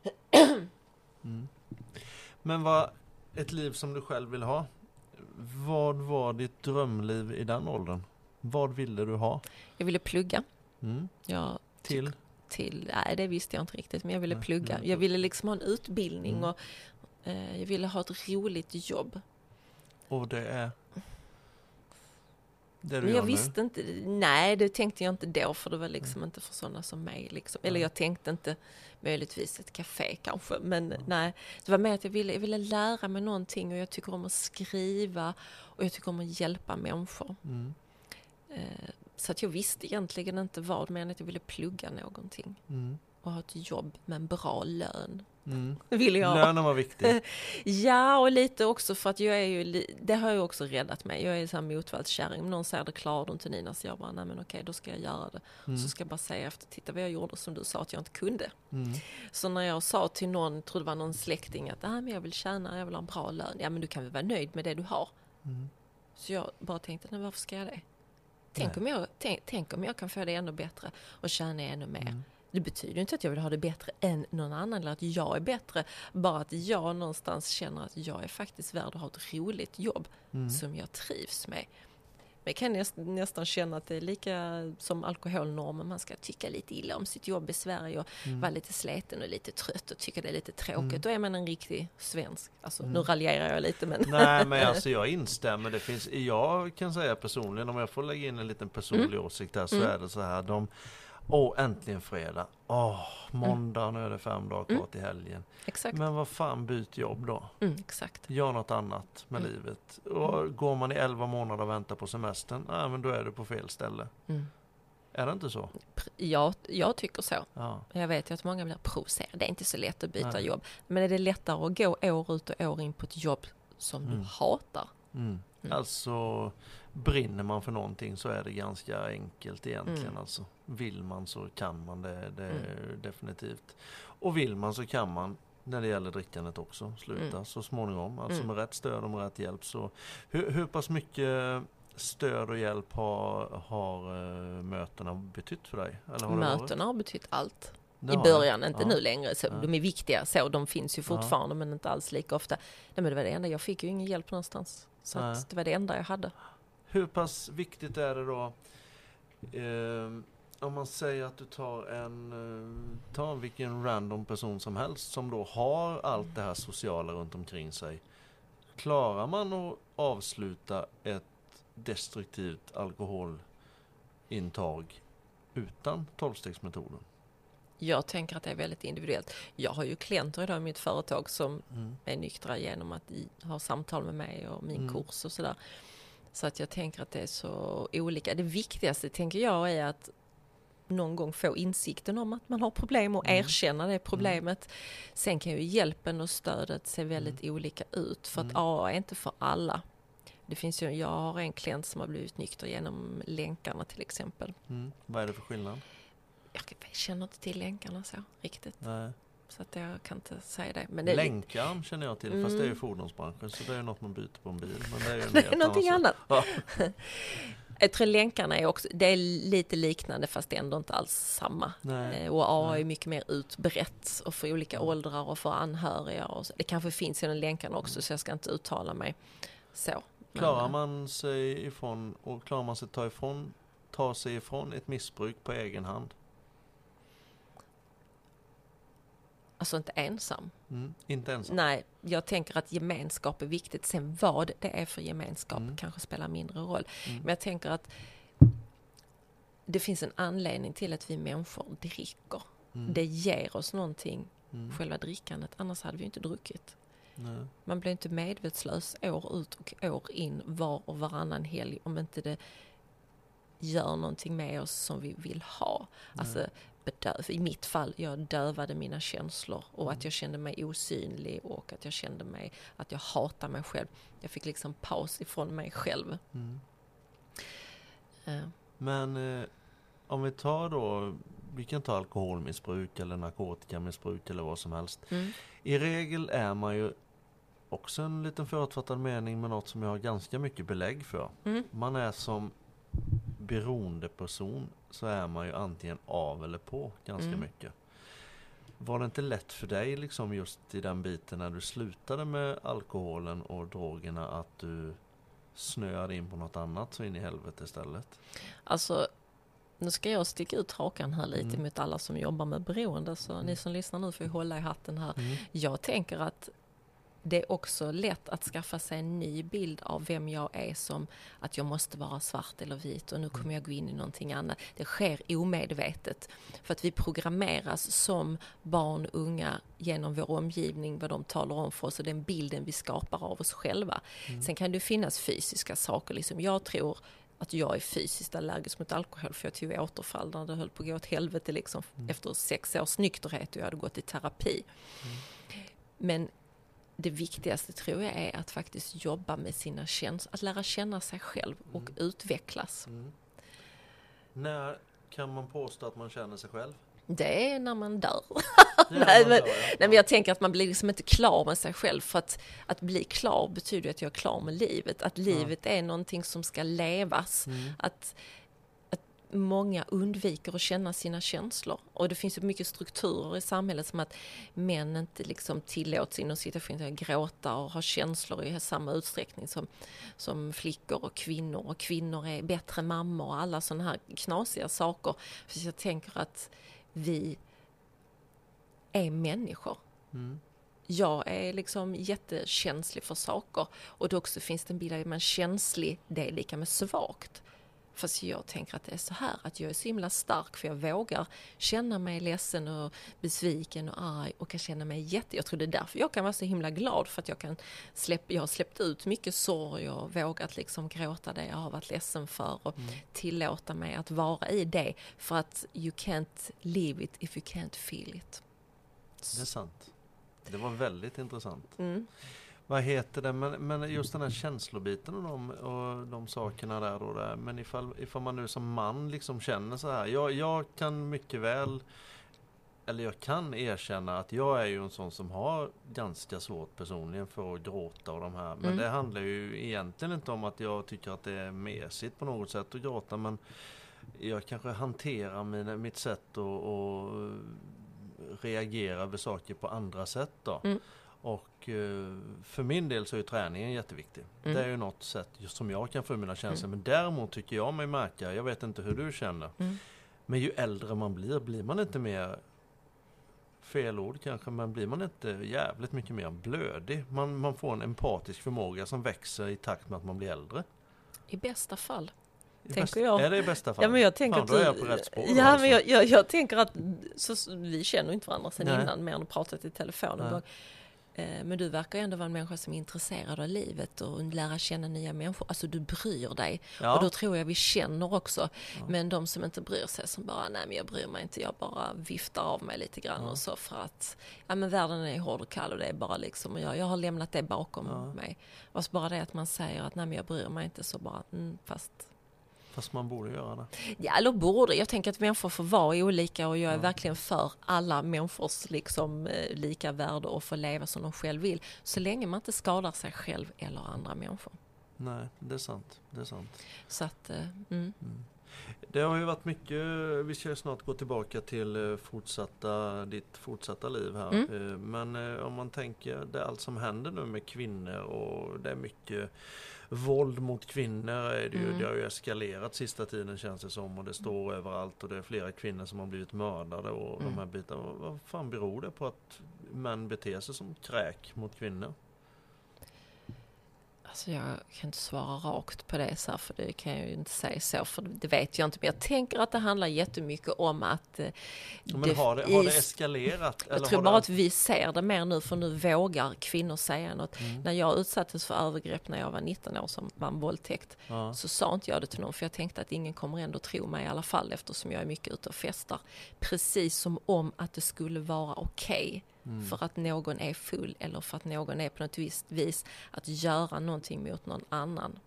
Men vad ett liv som du själv vill ha? Vad var ditt drömliv i den åldern? Vad ville du ha? Jag ville plugga. Nej, det visste jag inte riktigt, men jag ville plugga. Jag ville liksom ha en utbildning och jag ville ha ett roligt jobb. Och det är... Men jag visste inte, nej det tänkte jag inte då, för det var liksom inte för sådana som mig liksom. Eller jag tänkte inte möjligtvis ett café kanske, men nej, det var mer att jag ville lära mig någonting, och jag tycker om att skriva och jag tycker om att hjälpa människor. Så att jag visste egentligen inte vad, men att jag ville plugga någonting och ha ett jobb med en bra lön. Ville jag. Lönen var viktig. Ja, och lite också för att jag är ju, det har ju också räddat mig. Jag är så här motvallskärring. Om någon säger det klarar du inte, Nina, så jag bara, nej men okej, då ska jag göra det. Så ska jag bara säga efter, titta vad jag gjorde som du sa att jag inte kunde. Så när jag sa till någon, tror det var någon släkting, att men jag vill ha en bra lön. Ja, men du kan väl vara nöjd med det du har. Så jag bara tänkte, nej varför ska jag det? Tänk om jag kan få det ännu bättre och tjäna ännu mer. Det betyder inte att jag vill ha det bättre än någon annan, eller att jag är bättre. Bara att jag någonstans känner att jag är faktiskt värd att ha ett roligt jobb som jag trivs med. Men jag kan nästan känna att det är lika som alkoholnormen. Man ska tycka lite illa om sitt jobb i Sverige och vara lite sliten och lite trött och tycka det är lite tråkigt. Då är man en riktig svensk. Alltså, nu raljerar jag lite, men... Nej, men alltså jag instämmer. Jag kan säga personligen, om jag får lägga in en liten personlig åsikt här, så är det så här, äntligen fredag. Måndag, nu är det 5 dagar kvar till helgen. Exakt. Men vad fan, byt jobb då? Exakt. Gör något annat med livet. Och går man i 11 månader och väntar på semestern, men då är du på fel ställe. Är det inte så? Jag tycker så. Ja. Jag vet ju att många blir provocerade. Det är inte så lätt att byta jobb. Men är det lättare att gå år ut och år in på ett jobb som du hatar? Alltså, brinner man för någonting så är det ganska enkelt egentligen. Alltså, vill man så kan man det definitivt. Och vill man så kan man, när det gäller drickandet också, sluta så småningom. Alltså med rätt stöd och med rätt hjälp. Så hur pass mycket stöd och hjälp har mötena betytt för dig? Eller mötena har betytt allt. I början, inte nu längre. Så de är viktiga, så de finns ju fortfarande, men inte alls lika ofta. Nej, men det var det enda. Jag fick ju ingen hjälp någonstans. Så att det var det enda jag hade. Hur pass viktigt är det då, om man säger att du tar vilken random person som helst som då har allt det här sociala runt omkring sig. Klarar man att avsluta ett destruktivt alkoholintag utan 12-stegsmetoden? Jag tänker att det är väldigt individuellt. Jag har ju klienter idag i mitt företag som är nyktra genom att ha samtal med mig och min kurs och sådär. Så att jag tänker att det är så olika. Det viktigaste tänker jag är att någon gång få insikten om att man har problem och erkänna det problemet. Sen kan ju hjälpen och stödet se väldigt olika ut, för att AA är inte för alla. Det finns ju, jag har en klient som har blivit nykter genom länkarna till exempel. Vad är det för skillnad? Jag känner inte till länkarna så riktigt. Nej. Så att jag kan inte säga det. Men det Länkarm känner jag till, fast det är ju fordonsbranschen, så det är något man byter på en bil. Men det är ju en det är någonting annat. Ja. Jag tror länkarna är också, det är lite liknande fast ändå inte alls samma. Och AA är mycket mer utbrett och för olika åldrar och för anhöriga. Och så. Det kanske finns i den länkarna också, så jag ska inte uttala mig så. Klarar man sig ifrån, och klarar man sig ta sig ifrån ett missbruk på egen hand? Alltså inte ensam. Inte ensam? Nej, jag tänker att gemenskap är viktigt. Sen vad det är för gemenskap kanske spelar mindre roll. Men jag tänker att det finns en anledning till att vi människor dricker. Det ger oss någonting, själva drickandet. Annars hade vi inte druckit. Nej. Man blir inte medvetslös år ut och år in, var och varannan helg, om inte det gör någonting med oss som vi vill ha. Alltså, i mitt fall, jag dövade mina känslor och att jag kände mig osynlig och att jag kände mig att jag hatar mig själv. Jag fick liksom paus ifrån mig själv. Men om vi tar då, vi kan ta alkoholmissbruk eller narkotikamissbruk eller vad som helst. I regel är man ju också en liten förutfattad mening med något som jag har ganska mycket belägg för. Man är som beroende person, så är man ju antingen av eller på ganska mycket. Var det inte lätt för dig liksom just i den biten när du slutade med alkoholen och drogerna att du snöade in på något annat så in i helvete istället? Alltså, nu ska jag sticka ut hakan här lite mot alla som jobbar med beroende, så ni som lyssnar nu får ju hålla i hatten här. Jag tänker att det är också lätt att skaffa sig en ny bild av vem jag är, som att jag måste vara svart eller vit och nu kommer jag gå in i någonting annat. Det sker omedvetet för att vi programmeras som barn och unga genom vår omgivning, vad de talar om för oss och den bilden vi skapar av oss själva. Sen kan det finnas fysiska saker. Liksom jag tror att jag är fysiskt allergisk mot alkohol, för jag tog återfall när det höll på att gå åt helvete liksom, efter 6 års nykterhet och jag hade gått i terapi. Men det viktigaste tror jag är att faktiskt jobba med sina känslor, att lära känna sig själv och utvecklas. När kan man påstå att man känner sig själv? Det är när man dör. Nej, men jag tänker att man blir liksom inte klar med sig själv, för att bli klar betyder att jag är klar med livet. Att livet är någonting som ska levas. Att många undviker att känna sina känslor. Och det finns ju mycket strukturer i samhället som att män inte liksom tillåts inom situationen att gråta och ha känslor i samma utsträckning som flickor och kvinnor är bättre mammor och alla sådana här knasiga saker. För jag tänker att vi är människor. Jag är liksom jättekänslig för saker, och då också finns det en bild av att man känslig, det är lika med svagt. Fast jag tänker att det är så här, att jag är så himla stark för jag vågar känna mig ledsen och besviken och arg och kan känna mig jag tror det är därför jag kan vara så himla glad, för att jag har släppt ut mycket sorg och vågat liksom gråta det jag har varit ledsen för och tillåta mig att vara i det, för att you can't live it if you can't feel it. Det är sant. Det var väldigt intressant. Vad heter det? Men just den här känslobiten och de sakerna där och där. Men ifall man nu som man liksom känner så här. Jag kan mycket väl, eller jag kan erkänna att jag är ju en sån som har ganska svårt personligen för att gråta och de här. Men det handlar ju egentligen inte om att jag tycker att det är mesigt på något sätt att gråta. Men jag kanske hanterar mitt sätt och reagera över saker på andra sätt då. Och för min del så är träningen jätteviktig. Det är ju något sätt som jag kan få mina känslor. Men däremot tycker jag mig märka, jag vet inte hur du känner. Men ju äldre man blir man inte mer, fel ord kanske, men blir man inte jävligt mycket mer blödig. Man får en empatisk förmåga som växer i takt med att man blir äldre. I bästa fall. Tänker jag. Är det i bästa fall? Ja, men jag tänker då är jag på rätt spår. Ja, alltså. Men jag tänker att vi känner inte varandra sedan innan, mer än att pratat i telefon. Men du verkar ändå vara en människa som är intresserad av livet och lära känna nya människor. Alltså du bryr dig. Ja. Och då tror jag vi känner också. Ja. Men de som inte bryr sig, som bara, nej men jag bryr mig inte. Jag bara viftar av mig lite grann och så för att, ja men världen är hård och kall och det är bara liksom, och jag har lämnat det bakom mig. Och så bara det att man säger att nej men jag bryr mig inte, så bara, Fast man borde göra det. Ja, eller borde. Jag tänker att människor får vara olika och jag är verkligen för alla människors liksom, lika värde och få leva som de själv vill. Så länge man inte skadar sig själv eller andra människor. Nej, det är sant. Så att, Det har ju varit mycket, vi ska snart gå tillbaka till ditt fortsatta liv här. Men om man tänker, det är allt som händer nu med kvinnor och det är mycket våld mot kvinnor, det har ju eskalerat sista tiden känns det som, och det står överallt och det är flera kvinnor som har blivit mördade och de här bitarna. Vad fan beror det på att män beter sig som kräk mot kvinnor? Alltså jag kan inte svara rakt på det så här, för det kan jag ju inte säga så, för det vet jag inte. Men jag tänker att det handlar jättemycket om att... Men har det eskalerat? Jag tror bara att vi ser det mer nu, för nu vågar kvinnor säga något. När jag utsattes för övergrepp när jag var 19 år som var en våldtäkt, så sa inte jag det till någon, för jag tänkte att ingen kommer ändå tro mig i alla fall, eftersom jag är mycket ute och festar. Precis som om att det skulle vara okej. För att någon är full eller för att någon är på något visst vis att göra någonting mot någon annan.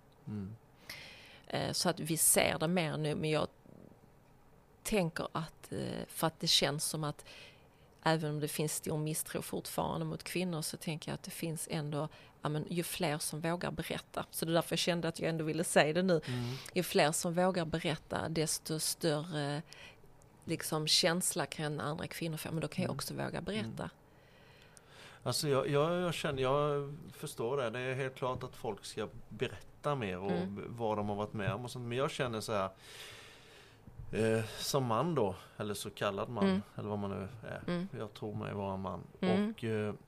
Så att vi ser det mer nu, men jag tänker att för att det känns som att även om det finns stor misstro fortfarande mot kvinnor, så tänker jag att det finns ändå, ju fler som vågar berätta. Så det är därför jag kände att jag ändå ville säga det nu. Ju fler som vågar berätta, desto större liksom känsla kan andra kvinnor få, men då kan jag också våga berätta. Alltså jag känner, jag förstår det. Det är helt klart att folk ska berätta mer och vad de har varit med om och sånt. Men jag känner så här, som man då, eller så kallad man, eller vad man nu är. Jag tror mig vara man. Och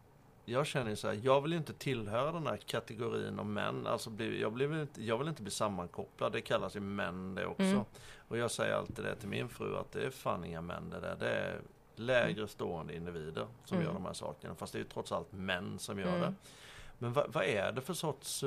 jag känner så här, jag vill inte tillhöra den här kategorin av män. Alltså jag vill inte bli sammankopplad. Det kallas ju män det också. Och jag säger alltid det till min fru, att det är fan inga män det där. Det är lägre stående individer som gör de här sakerna. Fast det är ju trots allt män som gör det. Men vad är det för sorts...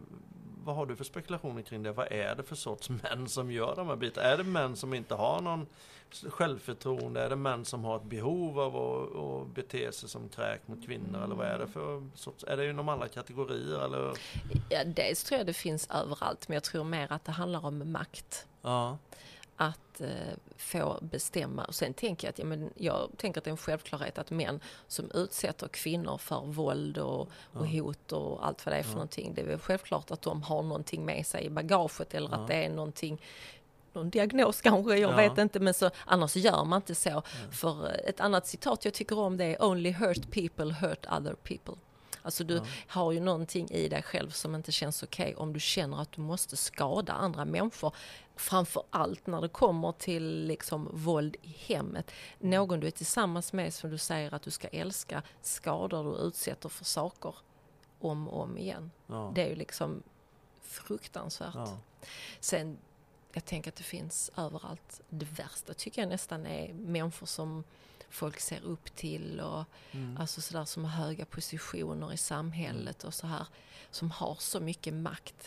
vad har du för spekulationer kring det? Vad är det för sorts män som gör de här bitarna? Är det män som inte har någon självförtroende? Är det män som har ett behov av att bete sig som kräk mot kvinnor? Eller vad är det för sorts... Är det inom alla kategorier? Eller? Ja, dels tror jag det finns överallt. Men jag tror mer att det handlar om makt. Ja. Att få bestämma. Och sen tänker jag att, jag tänker att det är en självklarhet att män som utsätter kvinnor för våld och hot och allt vad det är för någonting, det är väl självklart att de har någonting med sig i bagaget, eller att det är någon diagnos kanske, jag vet inte, men så, annars gör man inte så. För ett annat citat jag tycker om, det är "Only hurt people hurt other people". Alltså du har ju någonting i dig själv som inte känns okej om du känner att du måste skada andra människor. Framför allt när det kommer till liksom våld i hemmet. Någon du är tillsammans med som du säger att du ska älska, skadar du utsätter för saker om och om igen. Det är ju liksom fruktansvärt. Sen, jag tänker att det finns överallt. Det värsta tycker jag nästan är människor som folk ser upp till och alltså sådär, som har höga positioner i samhället och så här, som har så mycket makt.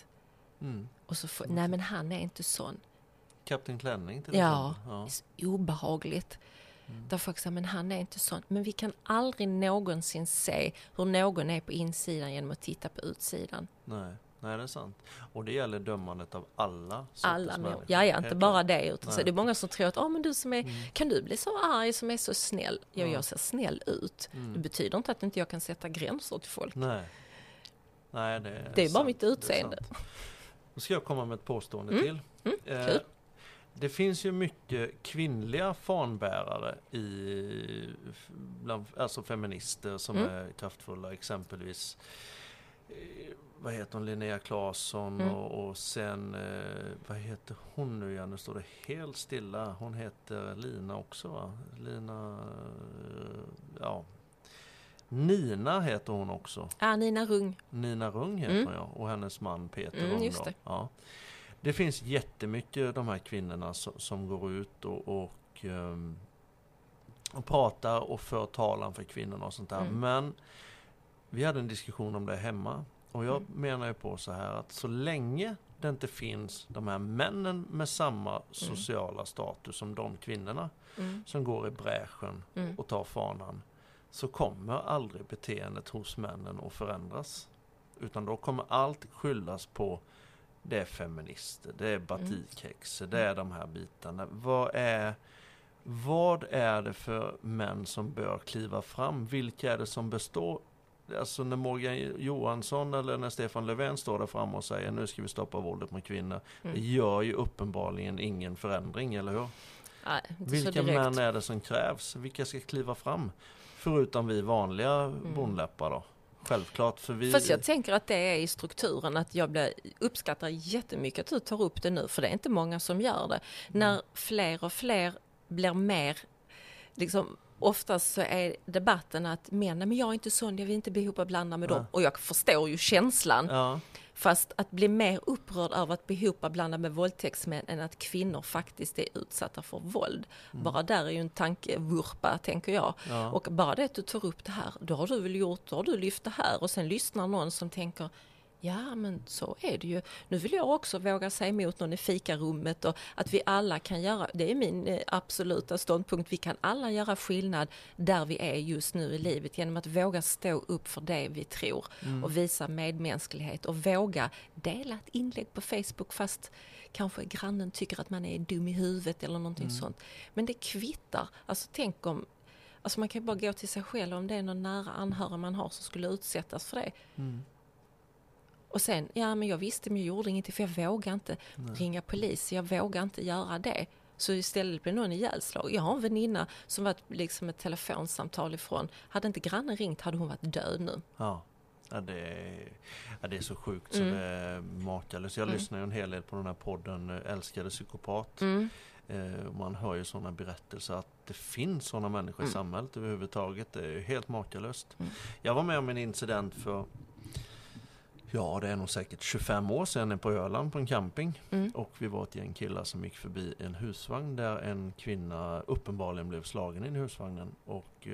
Och så nej men han är inte sån. Kapten Klänning till exempel. Ja, det är obehagligt. Där folk säger, men han är inte sån. Men vi kan aldrig någonsin se hur någon är på insidan genom att titta på utsidan. Nej, det är sant. Och det gäller dömandet av alla människor. Ja, inte bara det. Utan så det är många som tror att men du som är, kan du bli så arg som är så snäll? Jag ser snäll ut. Det betyder inte att inte jag kan sätta gränser till folk. Nej, det är bara mitt utseende. Då ska jag komma med ett påstående till. Kul. Det finns ju mycket kvinnliga fanbärare alltså feminister som är kraftfulla, exempelvis vad heter hon, Linnea Claesson och sen vad heter hon nu igen, nu står det helt stilla, hon heter Lina också, va? Nina heter hon också. Nina Rung. Nina Rung heter hon, ja, och hennes man Peter Rung. Just det. Ja. Det finns jättemycket de här kvinnorna som går ut och pratar och för talan för kvinnorna och sånt där. Men vi hade en diskussion om det hemma. Och jag menar ju på så här att så länge det inte finns de här männen med samma sociala status som de kvinnorna som går i bräschen och tar fanan, så kommer aldrig beteendet hos männen att förändras. Utan då kommer allt skyllas på det är feminister, det är batikhäxor, det är de här bitarna. Vad är det för män som bör kliva fram? Vilka är det som består? Alltså när Morgan Johansson eller när Stefan Löfven står där fram och säger nu ska vi stoppa våldet mot kvinnor. Det gör ju uppenbarligen ingen förändring, eller hur? Nej, vilka män är det som krävs? Vilka ska kliva fram? Förutom vi vanliga bondläppar då. Självklart. Fast jag tänker att det är i strukturen att jag uppskattar jättemycket att du tar upp det nu. För det är inte många som gör det. När fler och fler blir mer liksom, oftast så är debatten att men jag är inte sån, jag vill inte bli ihopblandad med dem. Och jag förstår ju känslan. Ja. Fast att bli mer upprörd av att bli ihopblandad med våldtäktsmän än att kvinnor faktiskt är utsatta för våld. Bara där är ju en tankevurpa, tänker jag. Ja. Och bara det att du tar upp det här, då har du väl gjort, då har du lyft det här. Och sen lyssnar någon som tänker, ja men så är det ju. Nu vill jag också våga säga emot någon i fikarummet och att vi alla kan göra, det är min absoluta ståndpunkt, vi kan alla göra skillnad där vi är just nu i livet genom att våga stå upp för det vi tror och visa medmänsklighet och våga dela ett inlägg på Facebook fast kanske grannen tycker att man är dum i huvudet eller någonting sånt. Men det kvittar. Alltså tänk om, alltså man kan ju bara gå till sig själv om det är någon nära anhörig man har som skulle utsättas för det. Och sen, men jag visste men jag gjorde ingenting för jag vågade inte ringa polis. Jag vågade inte göra det. Så istället blev någon ihjälslag. Jag har en väninna som var liksom ett telefonsamtal ifrån. Hade inte grannen ringt hade hon varit död nu. Ja, det är så sjukt så det är makalöst. Jag lyssnar ju en hel del på den här podden Älskade psykopat. Man hör ju sådana berättelser att det finns sådana människor i samhället överhuvudtaget. Det är ju helt makalöst. Jag var med om en incident för det är nog säkert 25 år sedan på Öland på en camping. Och vi var ett gäng killar som gick förbi en husvagn där en kvinna uppenbarligen blev slagen in i husvagnen. Och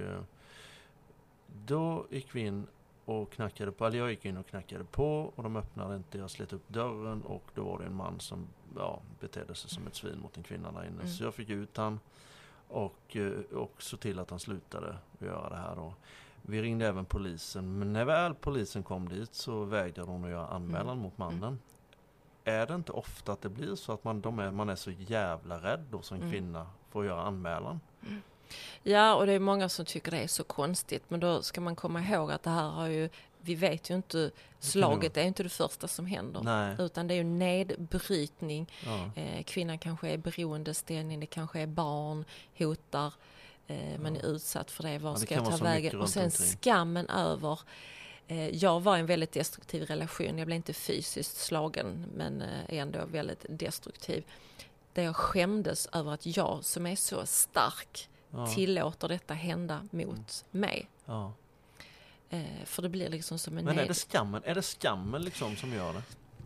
då gick vi in och knackade på, eller jag gick in och knackade på och de öppnade inte, jag slet upp dörren och då var det en man som betedde sig som ett svin mot en kvinna där inne. Så jag fick ut han och så till att han slutade göra det här då. Vi ringde även polisen, men när väl polisen kom dit så vägrade hon att göra anmälan mot mannen. Är det inte ofta att det blir så att man är så jävla rädd då som kvinna för att göra anmälan? Ja, och det är många som tycker det är så konstigt, men då ska man komma ihåg att det här har ju, vi vet ju inte, slaget är inte det första som händer. Nej. Utan det är ju nedbrytning. Kvinnan kanske är beroendeställning, det kanske är barn, hotar. Man är utsatt för det, var ska jag ta vägen? Och sen skammen över. Jag var i en väldigt destruktiv relation. Jag blev inte fysiskt slagen, men ändå väldigt destruktiv. Där jag skämdes över att jag som är så stark tillåter detta hända mot mig. För det blir liksom som en... Men är det skammen liksom som gör det?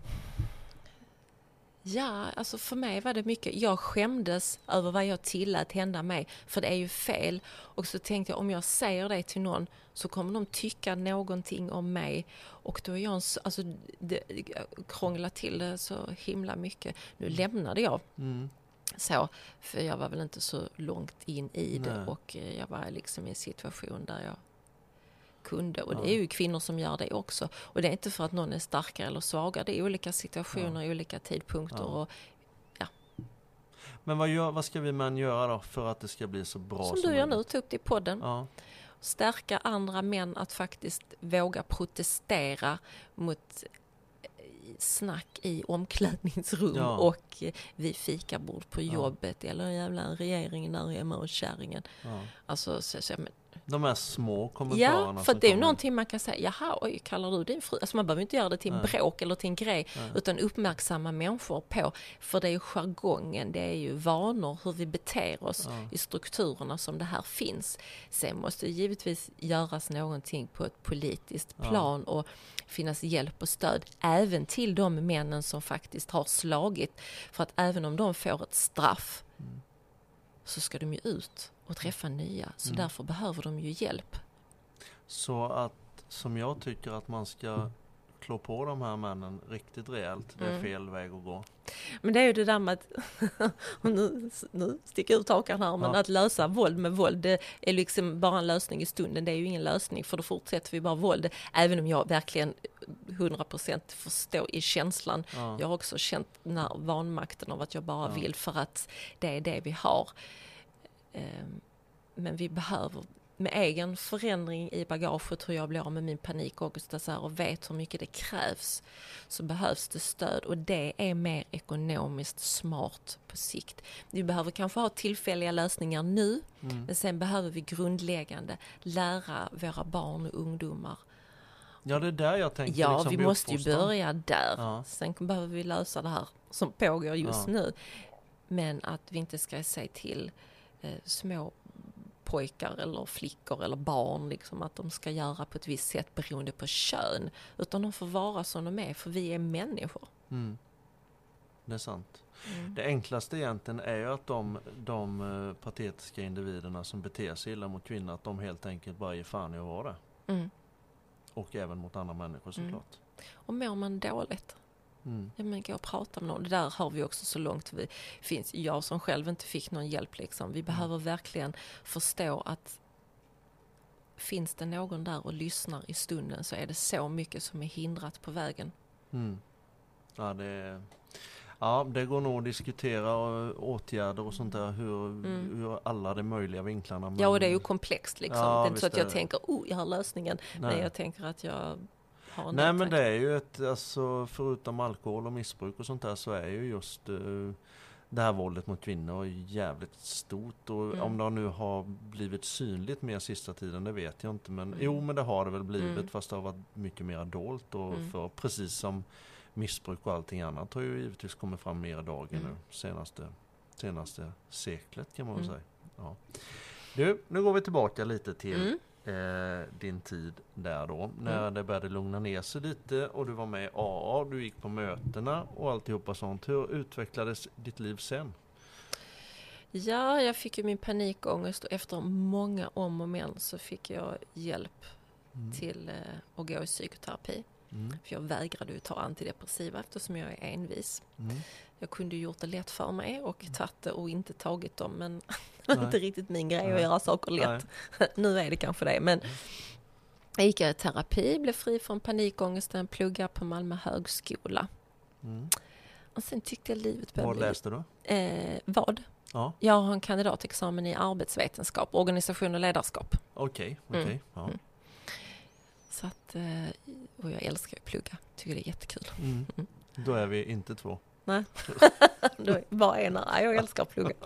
Ja, alltså för mig var det mycket, jag skämdes över vad jag tillät hända mig, för det är ju fel. Och så tänkte jag, om jag säger det till någon så kommer de tycka någonting om mig. Och då är jag, krångla till det så himla mycket. Nu lämnade jag. Så, för jag var väl inte så långt in i det. Och jag var liksom i en situation där jag kunde. Och det är ju kvinnor som gör det också. Och det är inte för att någon är starkare eller svagare. Det är olika situationer i olika tidpunkter. Och, Men vad ska vi män göra då för att det ska bli så bra som du gör nu, ta upp det i podden. Stärka andra män att faktiskt våga protestera mot snack i omklädningsrum och vid fikabord på jobbet eller jävla regeringen där hemma och kärringen. Alltså de här små kommentarerna. Ja, för det är ju någonting man kan säga, jaha, oj, kallar du din fru? Alltså man behöver inte göra det till en bråk eller till en grej, utan uppmärksamma människor på, för det är ju jargongen, det är ju vanor, hur vi beter oss i strukturerna som det här finns. Sen måste det givetvis göras någonting på ett politiskt plan och finnas hjälp och stöd även till de männen som faktiskt har slagit, för att även om de får ett straff så ska de ju ut och träffa nya. Så därför behöver de ju hjälp. Så att som jag tycker att man ska klå på de här männen riktigt rejält. Det är fel väg att gå. Men det är ju det där med att, och nu sticker jag ut hakan här, men att lösa våld med våld, det är liksom bara en lösning i stunden. Det är ju ingen lösning, för då fortsätter vi bara våld. Även om jag verkligen 100% förstår i känslan. Jag har också känt den här vanmakten av att jag bara vill, för att det är det vi har. Men vi behöver med egen förändring i bagaget, hur jag blir av med min panikångest och vet hur mycket det krävs, så behövs det stöd, och det är mer ekonomiskt smart på sikt. Vi behöver kanske ha tillfälliga lösningar nu, men sen behöver vi grundläggande lära våra barn och ungdomar. Ja, det är där jag tänker. Ja, liksom vi måste ju börja där. Ja. Sen behöver vi lösa det här som pågår just nu. Men att vi inte ska säga till små pojkar eller flickor eller barn liksom, att de ska göra på ett visst sätt beroende på kön, utan de får vara som de är, för vi är människor. Det är sant. Det enklaste egentligen är ju att de patetiska individerna som beter sig illa mot kvinnor, att de helt enkelt bara ger fan i att vara det. Och även mot andra människor såklart. Och mår man dåligt, ja, men gå och prata med någon. Det där har vi också så långt vi finns. Jag som själv inte fick någon hjälp liksom. Vi behöver verkligen förstå att finns det någon där och lyssnar i stunden, så är det så mycket som är hindrat på vägen. Ja, det går nog att diskutera åtgärder och sånt där, hur alla de möjliga vinklarna. Ja, och det är ju komplext liksom. Ja, det är inte så att jag tänker, jag har lösningen. Nej, jag tänker att jag har en Nej, men det är ju förutom alkohol och missbruk och sånt där, så är ju just det här våldet mot kvinnor jävligt stort. Och om det nu har blivit synligt mer sista tiden, det vet jag inte. Men men det har det väl blivit, fast det har varit mycket mer dolt. Och för, precis som missbruk och allting annat har ju givetvis kommit fram mer dagar nu, senaste seklet kan man väl säga. Ja. Nu går vi tillbaka lite till din tid där då, när det började lugna ner sig lite och du var med i AA, du gick på mötena och alltihopa sånt. Hur utvecklades ditt liv sen? Ja, jag fick ju min panikångest, och efter många om och men så fick jag hjälp till att gå i psykoterapi. För jag vägrade ju ta antidepressiva eftersom jag är envis. Jag kunde ju gjort det lätt för mig och tagit det och inte tagit dem, men det var inte riktigt min grej att göra saker lätt. Nu är det kanske det, men jag gick i terapi, blev fri från panikångesten, pluggade på Malmö högskola. Och sen tyckte jag livet började Vad läste du? Vad? Ja. Jag har en kandidatexamen i arbetsvetenskap, organisation och ledarskap. Okej. Ja. Så att, och jag älskar att plugga. Tycker det är jättekul. Då är vi inte två. Nej, då är bara en. Jag älskar att plugga.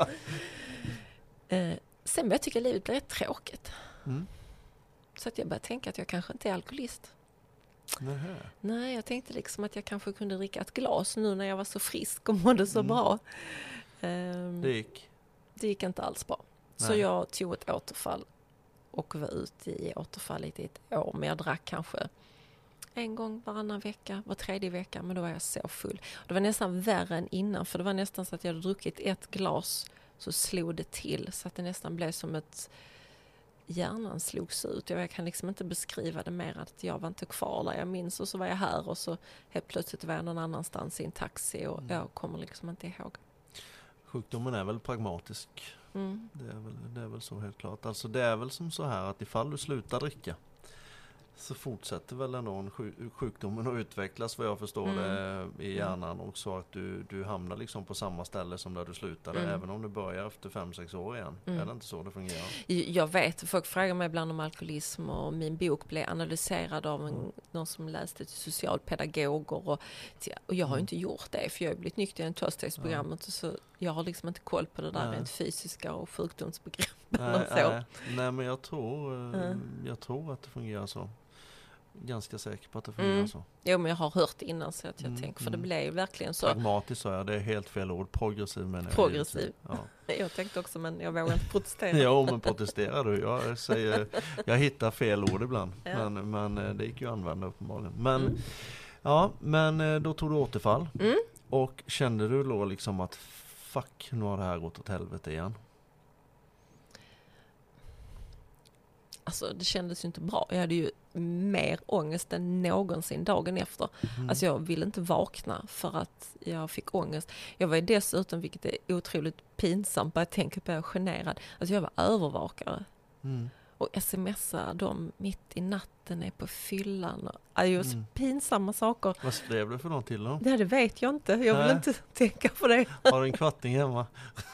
Sen började jag tycka att livet blev rätt tråkigt. Så att jag började tänka att jag kanske inte är alkoholist. Nej, jag tänkte liksom att jag kanske kunde dricka ett glas nu när jag var så frisk och mådde så bra. Det gick inte alls bra. Nej. Så jag tog ett återfall och var ute i återfallet i ett år. Men jag drack kanske en gång varannan vecka, var tredje vecka, men då var jag så full. Det var nästan värre än innan, för det var nästan så att jag hade druckit ett glas så slog det till, så att det nästan blev som ett hjärnan slogs ut. Jag kan liksom inte beskriva det mer, att jag var inte kvar där jag minns, och så var jag här och så helt plötsligt var jag någon annanstans i en taxi och jag kommer liksom inte ihåg. Sjukdomen är väl pragmatisk. Det är väl så helt klart. Alltså det är väl som så här att ifall du slutar dricka så fortsätter väl ändå sjukdomen att utvecklas, vad jag förstår det, i hjärnan, och så att du hamnar liksom på samma ställe som där du slutade, även om du börjar efter 5-6 år igen. Är det inte så det fungerar? Jag vet, folk frågar mig ibland om alkoholism, och min bok blev analyserad av någon som läste till socialpedagoger, och jag har inte gjort det, för jag har blivit nykter i en 12-stegsprogrammet, så jag har liksom inte koll på det där rent fysiska och sjukdomsbegreppen och så. Nej, men jag tror att det fungerar så. Ganska säker på att det fungerar så. Jo, men jag har hört det innan, så att jag tänker, för det blev verkligt så. Pragmatiskt, så det är helt fel ord. Progressiv menar jag. Progressiv. Ja. Jag tänkte också, men jag vågar inte protestera. Jo, men protesterar du? Jag hittar fel ord ibland. Ja. Men det gick ju att använda uppenbarligen. Men, men då tog du återfall. Och kände du då liksom att fuck, nu har det här gått åt helvete igen? Alltså, det kändes ju inte bra. Jag hade ju mer ångest än någonsin dagen efter. Alltså jag ville inte vakna för att jag fick ångest. Jag var dessutom, vilket är otroligt pinsamt, bara tänka på, jag är generad. Alltså jag var övervakare. Och smsar dem mitt i natten, är på fyllan. Och just pinsamma saker. Vad skrev du för något till dem? Det vet jag inte. Jag vill inte tänka på det. Har du en kvarting hemma?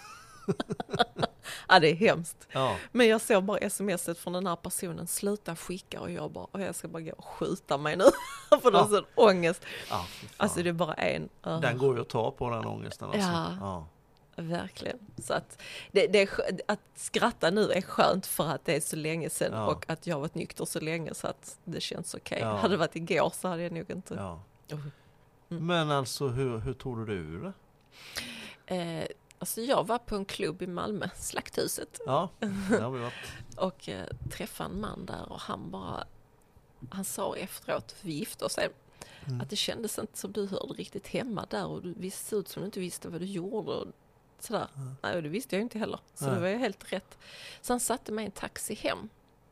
Ja, det är hemskt. Ja. Men jag såg bara smset från den här personen. Sluta skicka, och jag bara, jag ska bara gå och skjuta mig nu. För det är sån ångest. Ja, alltså det är bara en. Den går ju att ta på, den ångesten. Alltså. Ja. Verkligen. Så att, att skratta nu är skönt för att det är så länge sedan och att jag har varit nykter så länge så att det känns okej. Ja. Hade det varit igår så hade jag nog inte. Ja. Men alltså hur tog du det ur det? Alltså jag var på en klubb i Malmö, Slakthuset. Ja, det har vi varit. Och träffade en man där och han sa efteråt, vi gifte oss sen, att det kändes inte som du hörde riktigt hemma där och du visste ut som du inte visste vad du gjorde och sådär. Nej, det visste jag inte heller. Så det var ju helt rätt. Så han satte mig i en taxi hem.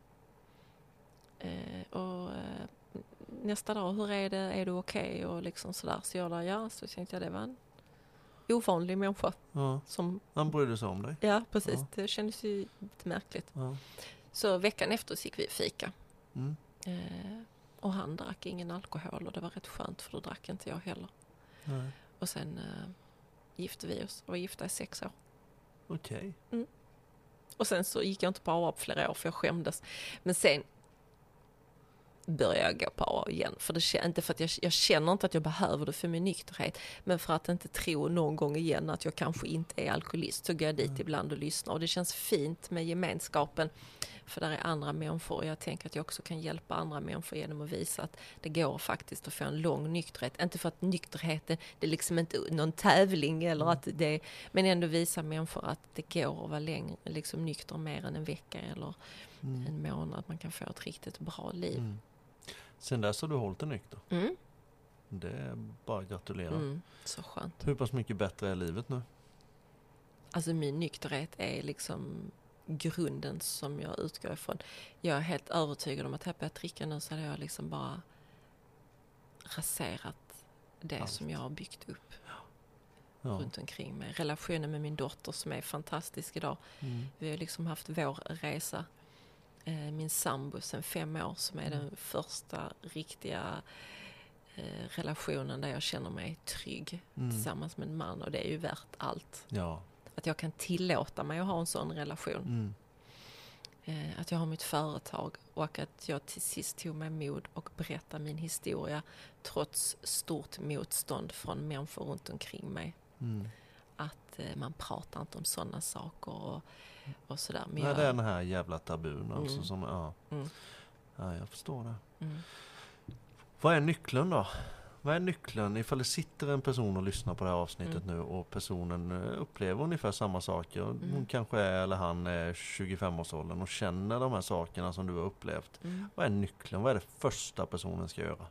Nästa dag, hur är det? Är du okej? Och liksom sådär. Så jag där, så tänkte jag det var en ovanlig människa. Ja. Som, han brydde sig om dig. Ja, precis. Ja. Det kändes ju lite märkligt. Ja. Så veckan efter så gick vi fika. Och han drack ingen alkohol och det var rätt skönt för då drack inte jag heller. Nej. Och sen gifte vi oss och var gifta i 6 år. Okej. Och sen så gick jag inte på AA på flera år för jag skämdes. Men sen började jag gå på AA igen. För det, inte för att jag känner inte att jag behöver det för min nykterhet. Men för att inte tro någon gång igen att jag kanske inte är alkoholist så går jag dit ibland och lyssnar. Och det känns fint med gemenskapen. För där är andra människor och jag tänker att jag också kan hjälpa andra människor genom att visa att det går faktiskt att få en lång nykterhet. Inte för att nykterheten, det är liksom inte någon tävling eller att det, men ändå visa människor att det går att vara längre, liksom nykter mer än en vecka eller en månad. Man kan få ett riktigt bra liv. Sen dess har du hållit dig nykter. Det är bara att gratulera. Så skönt. Hur pass mycket bättre är livet nu? Alltså min nykterhet är liksom grunden som jag utgår ifrån. Jag är helt övertygad om att jag börjat dricka nu så hade jag liksom bara raserat det som jag har byggt upp runt omkring mig. Relationen med min dotter som är fantastisk idag. Vi har liksom haft vår resa. Min sambo sedan 5 år som är den första riktiga relationen där jag känner mig trygg tillsammans med en man och det är ju värt allt. Ja. Att jag kan tillåta mig att ha en sån relation. Att jag har mitt företag och att jag till sist tog mig mod och berätta min historia trots stort motstånd från människor runt omkring mig. Att man pratar inte om sådana saker och sådär. Men det är den här jävla tabun alltså som, ja, jag förstår det. Vad är nyckeln då? Vad är nyckeln ifall det sitter en person och lyssnar på det här avsnittet nu och personen upplever ungefär samma saker. Hon kanske är eller han är 25-årsåldern och känner de här sakerna som du har upplevt. Vad är nyckeln? Vad är det första personen ska göra?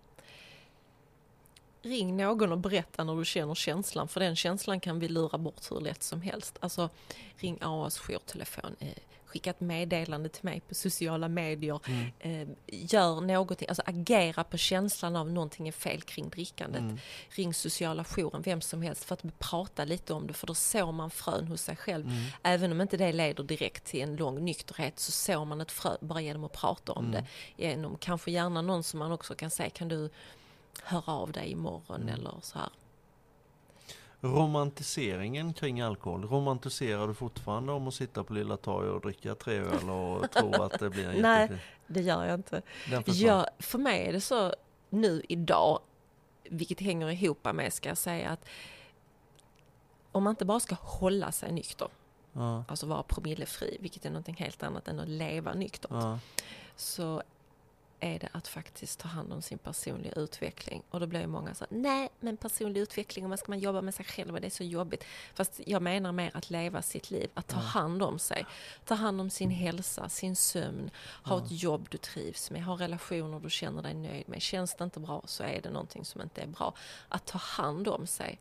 Ring någon och berätta när du känner känslan. För den känslan kan vi lura bort hur lätt som helst. Alltså ring AAs jourtelefon. Skicka ett meddelande till mig på sociala medier. Gör någonting. Alltså agera på känslan av någonting är fel kring drickandet. Ring sociala jouren, vem som helst. För att prata lite om det. För då sår man frön hos sig själv. Även om inte det leder direkt till en lång nykterhet. Så sår man ett frö bara genom att prata om det. Genom kanske gärna någon som man också kan säga. Kan du höra av dig imorgon eller så här. Romantiseringen kring alkohol. Romantiserar du fortfarande om att sitta på Lilla Torg och dricka 3 öl och tro att det blir en Nej, det gör jag inte. För mig är det så nu idag, vilket hänger ihop med, ska jag säga, att om man inte bara ska hålla sig nykter, alltså vara promillefri, vilket är något helt annat än att leva nyktert, så är det att faktiskt ta hand om sin personliga utveckling. Och då blir ju många så, nej, men personlig utveckling, och vad ska man jobba med sig själv, och det är så jobbigt. Fast jag menar mer att leva sitt liv, att ta hand om sig. Ta hand om sin hälsa, sin sömn, ha ett jobb du trivs med, ha relationer du känner dig nöjd med. Känns det inte bra så är det någonting som inte är bra. Att ta hand om sig.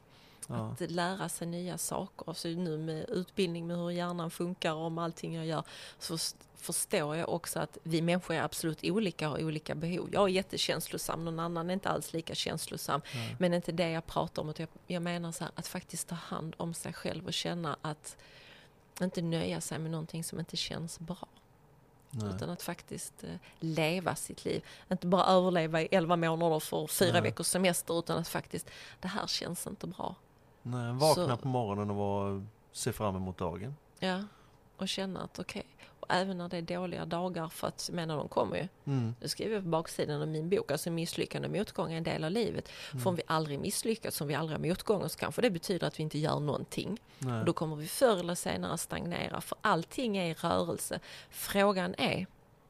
Att lära sig nya saker. Så nu med utbildning med hur hjärnan funkar och om allting jag gör, så förstår jag också att vi människor är absolut olika och har olika behov. Jag är jättekänslosam, någon annan är inte alls lika känslosam. Men inte det jag pratar om. Jag menar så här, att faktiskt ta hand om sig själv och känna att inte nöja sig med någonting som inte känns bra. Utan att faktiskt leva sitt liv. Inte bara överleva i 11 månader för 4 veckors semester, utan att faktiskt, det här känns inte bra. Nej, vakna på morgonen och se fram emot dagen. Ja, och känna att okej. Och även när det är dåliga dagar, för att de kommer ju. Det skriver jag på baksidan av min bok. Alltså misslyckande och motgång är en del av livet. För om vi aldrig misslyckas, om vi aldrig har motgångar, så kanske det betyder att vi inte gör någonting. Och då kommer vi förr eller senare stagnera. För allting är i rörelse. Frågan är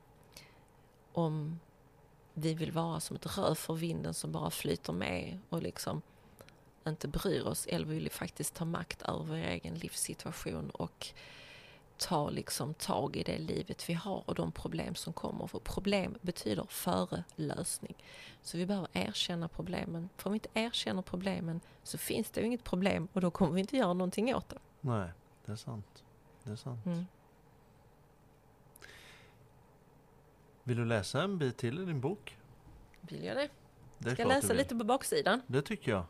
om vi vill vara som ett rör för vinden som bara flyter med och liksom inte bryr oss, eller vill vi faktiskt ta makt över vår egen livssituation och ta liksom tag i det livet vi har och de problem som kommer. För problem betyder före lösning. Så vi behöver erkänna problemen. För om vi inte erkänner problemen så finns det ju inget problem och då kommer vi inte göra någonting åt det. Nej, det är sant. Det är sant. Vill du läsa en bit till i din bok? Vill jag det? Det är Ska jag läsa lite på baksidan? Det tycker jag.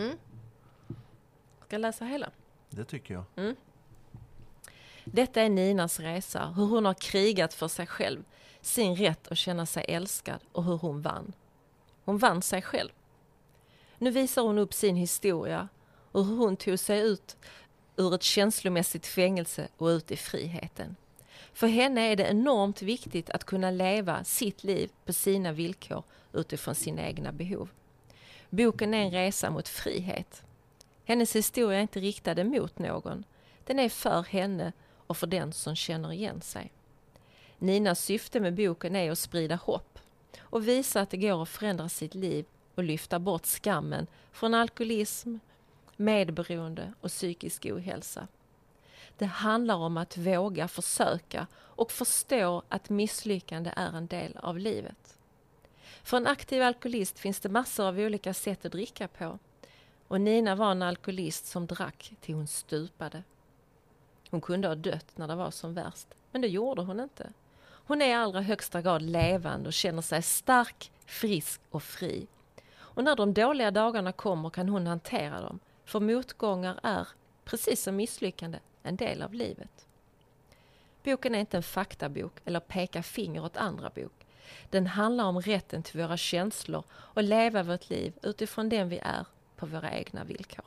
Ska jag läsa hela? Det tycker jag. Detta är Ninas resa, hur hon har krigat för sig själv, sin rätt att känna sig älskad och hur hon vann. Hon vann sig själv. Nu visar hon upp sin historia och hur hon tog sig ut ur ett känslomässigt fängelse och ut i friheten. För henne är det enormt viktigt att kunna leva sitt liv på sina villkor utifrån sina egna behov. Boken är en resa mot frihet. Hennes historia är inte riktad mot någon. Den är för henne och för den som känner igen sig. Ninas syfte med boken är att sprida hopp och visa att det går att förändra sitt liv och lyfta bort skammen från alkoholism, medberoende och psykisk ohälsa. Det handlar om att våga försöka och förstå att misslyckande är en del av livet. För en aktiv alkoholist finns det massor av olika sätt att dricka på. Och Nina var en alkoholist som drack till hon stupade. Hon kunde ha dött när det var som värst, men det gjorde hon inte. Hon är i allra högsta grad levande och känner sig stark, frisk och fri. Och när de dåliga dagarna kommer kan hon hantera dem. För motgångar är, precis som misslyckande, en del av livet. Boken är inte en faktabok eller peka finger åt andra bok. Den handlar om rätten till våra känslor och leva vårt liv utifrån den vi är på våra egna villkor.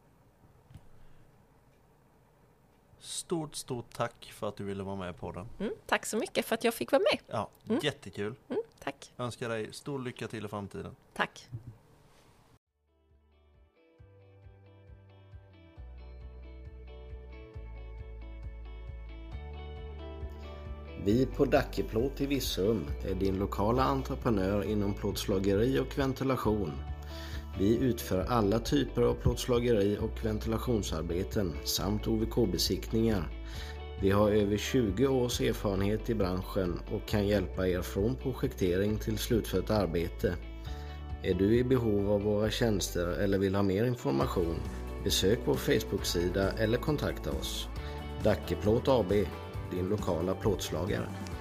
Stort tack för att du ville vara med på den. Tack så mycket för att jag fick vara med. Ja, jättekul. Tack. Jag önskar dig stor lycka till i framtiden. Tack. Vi på Dackeplåt i Virserum är din lokala entreprenör inom plåtslageri och ventilation. Vi utför alla typer av plåtslageri och ventilationsarbeten samt OVK-besiktningar. Vi har över 20 års erfarenhet i branschen och kan hjälpa er från projektering till slutfört arbete. Är du i behov av våra tjänster eller vill ha mer information? Besök vår Facebook-sida eller kontakta oss. Dackeplåt AB, din lokala plåtslagare.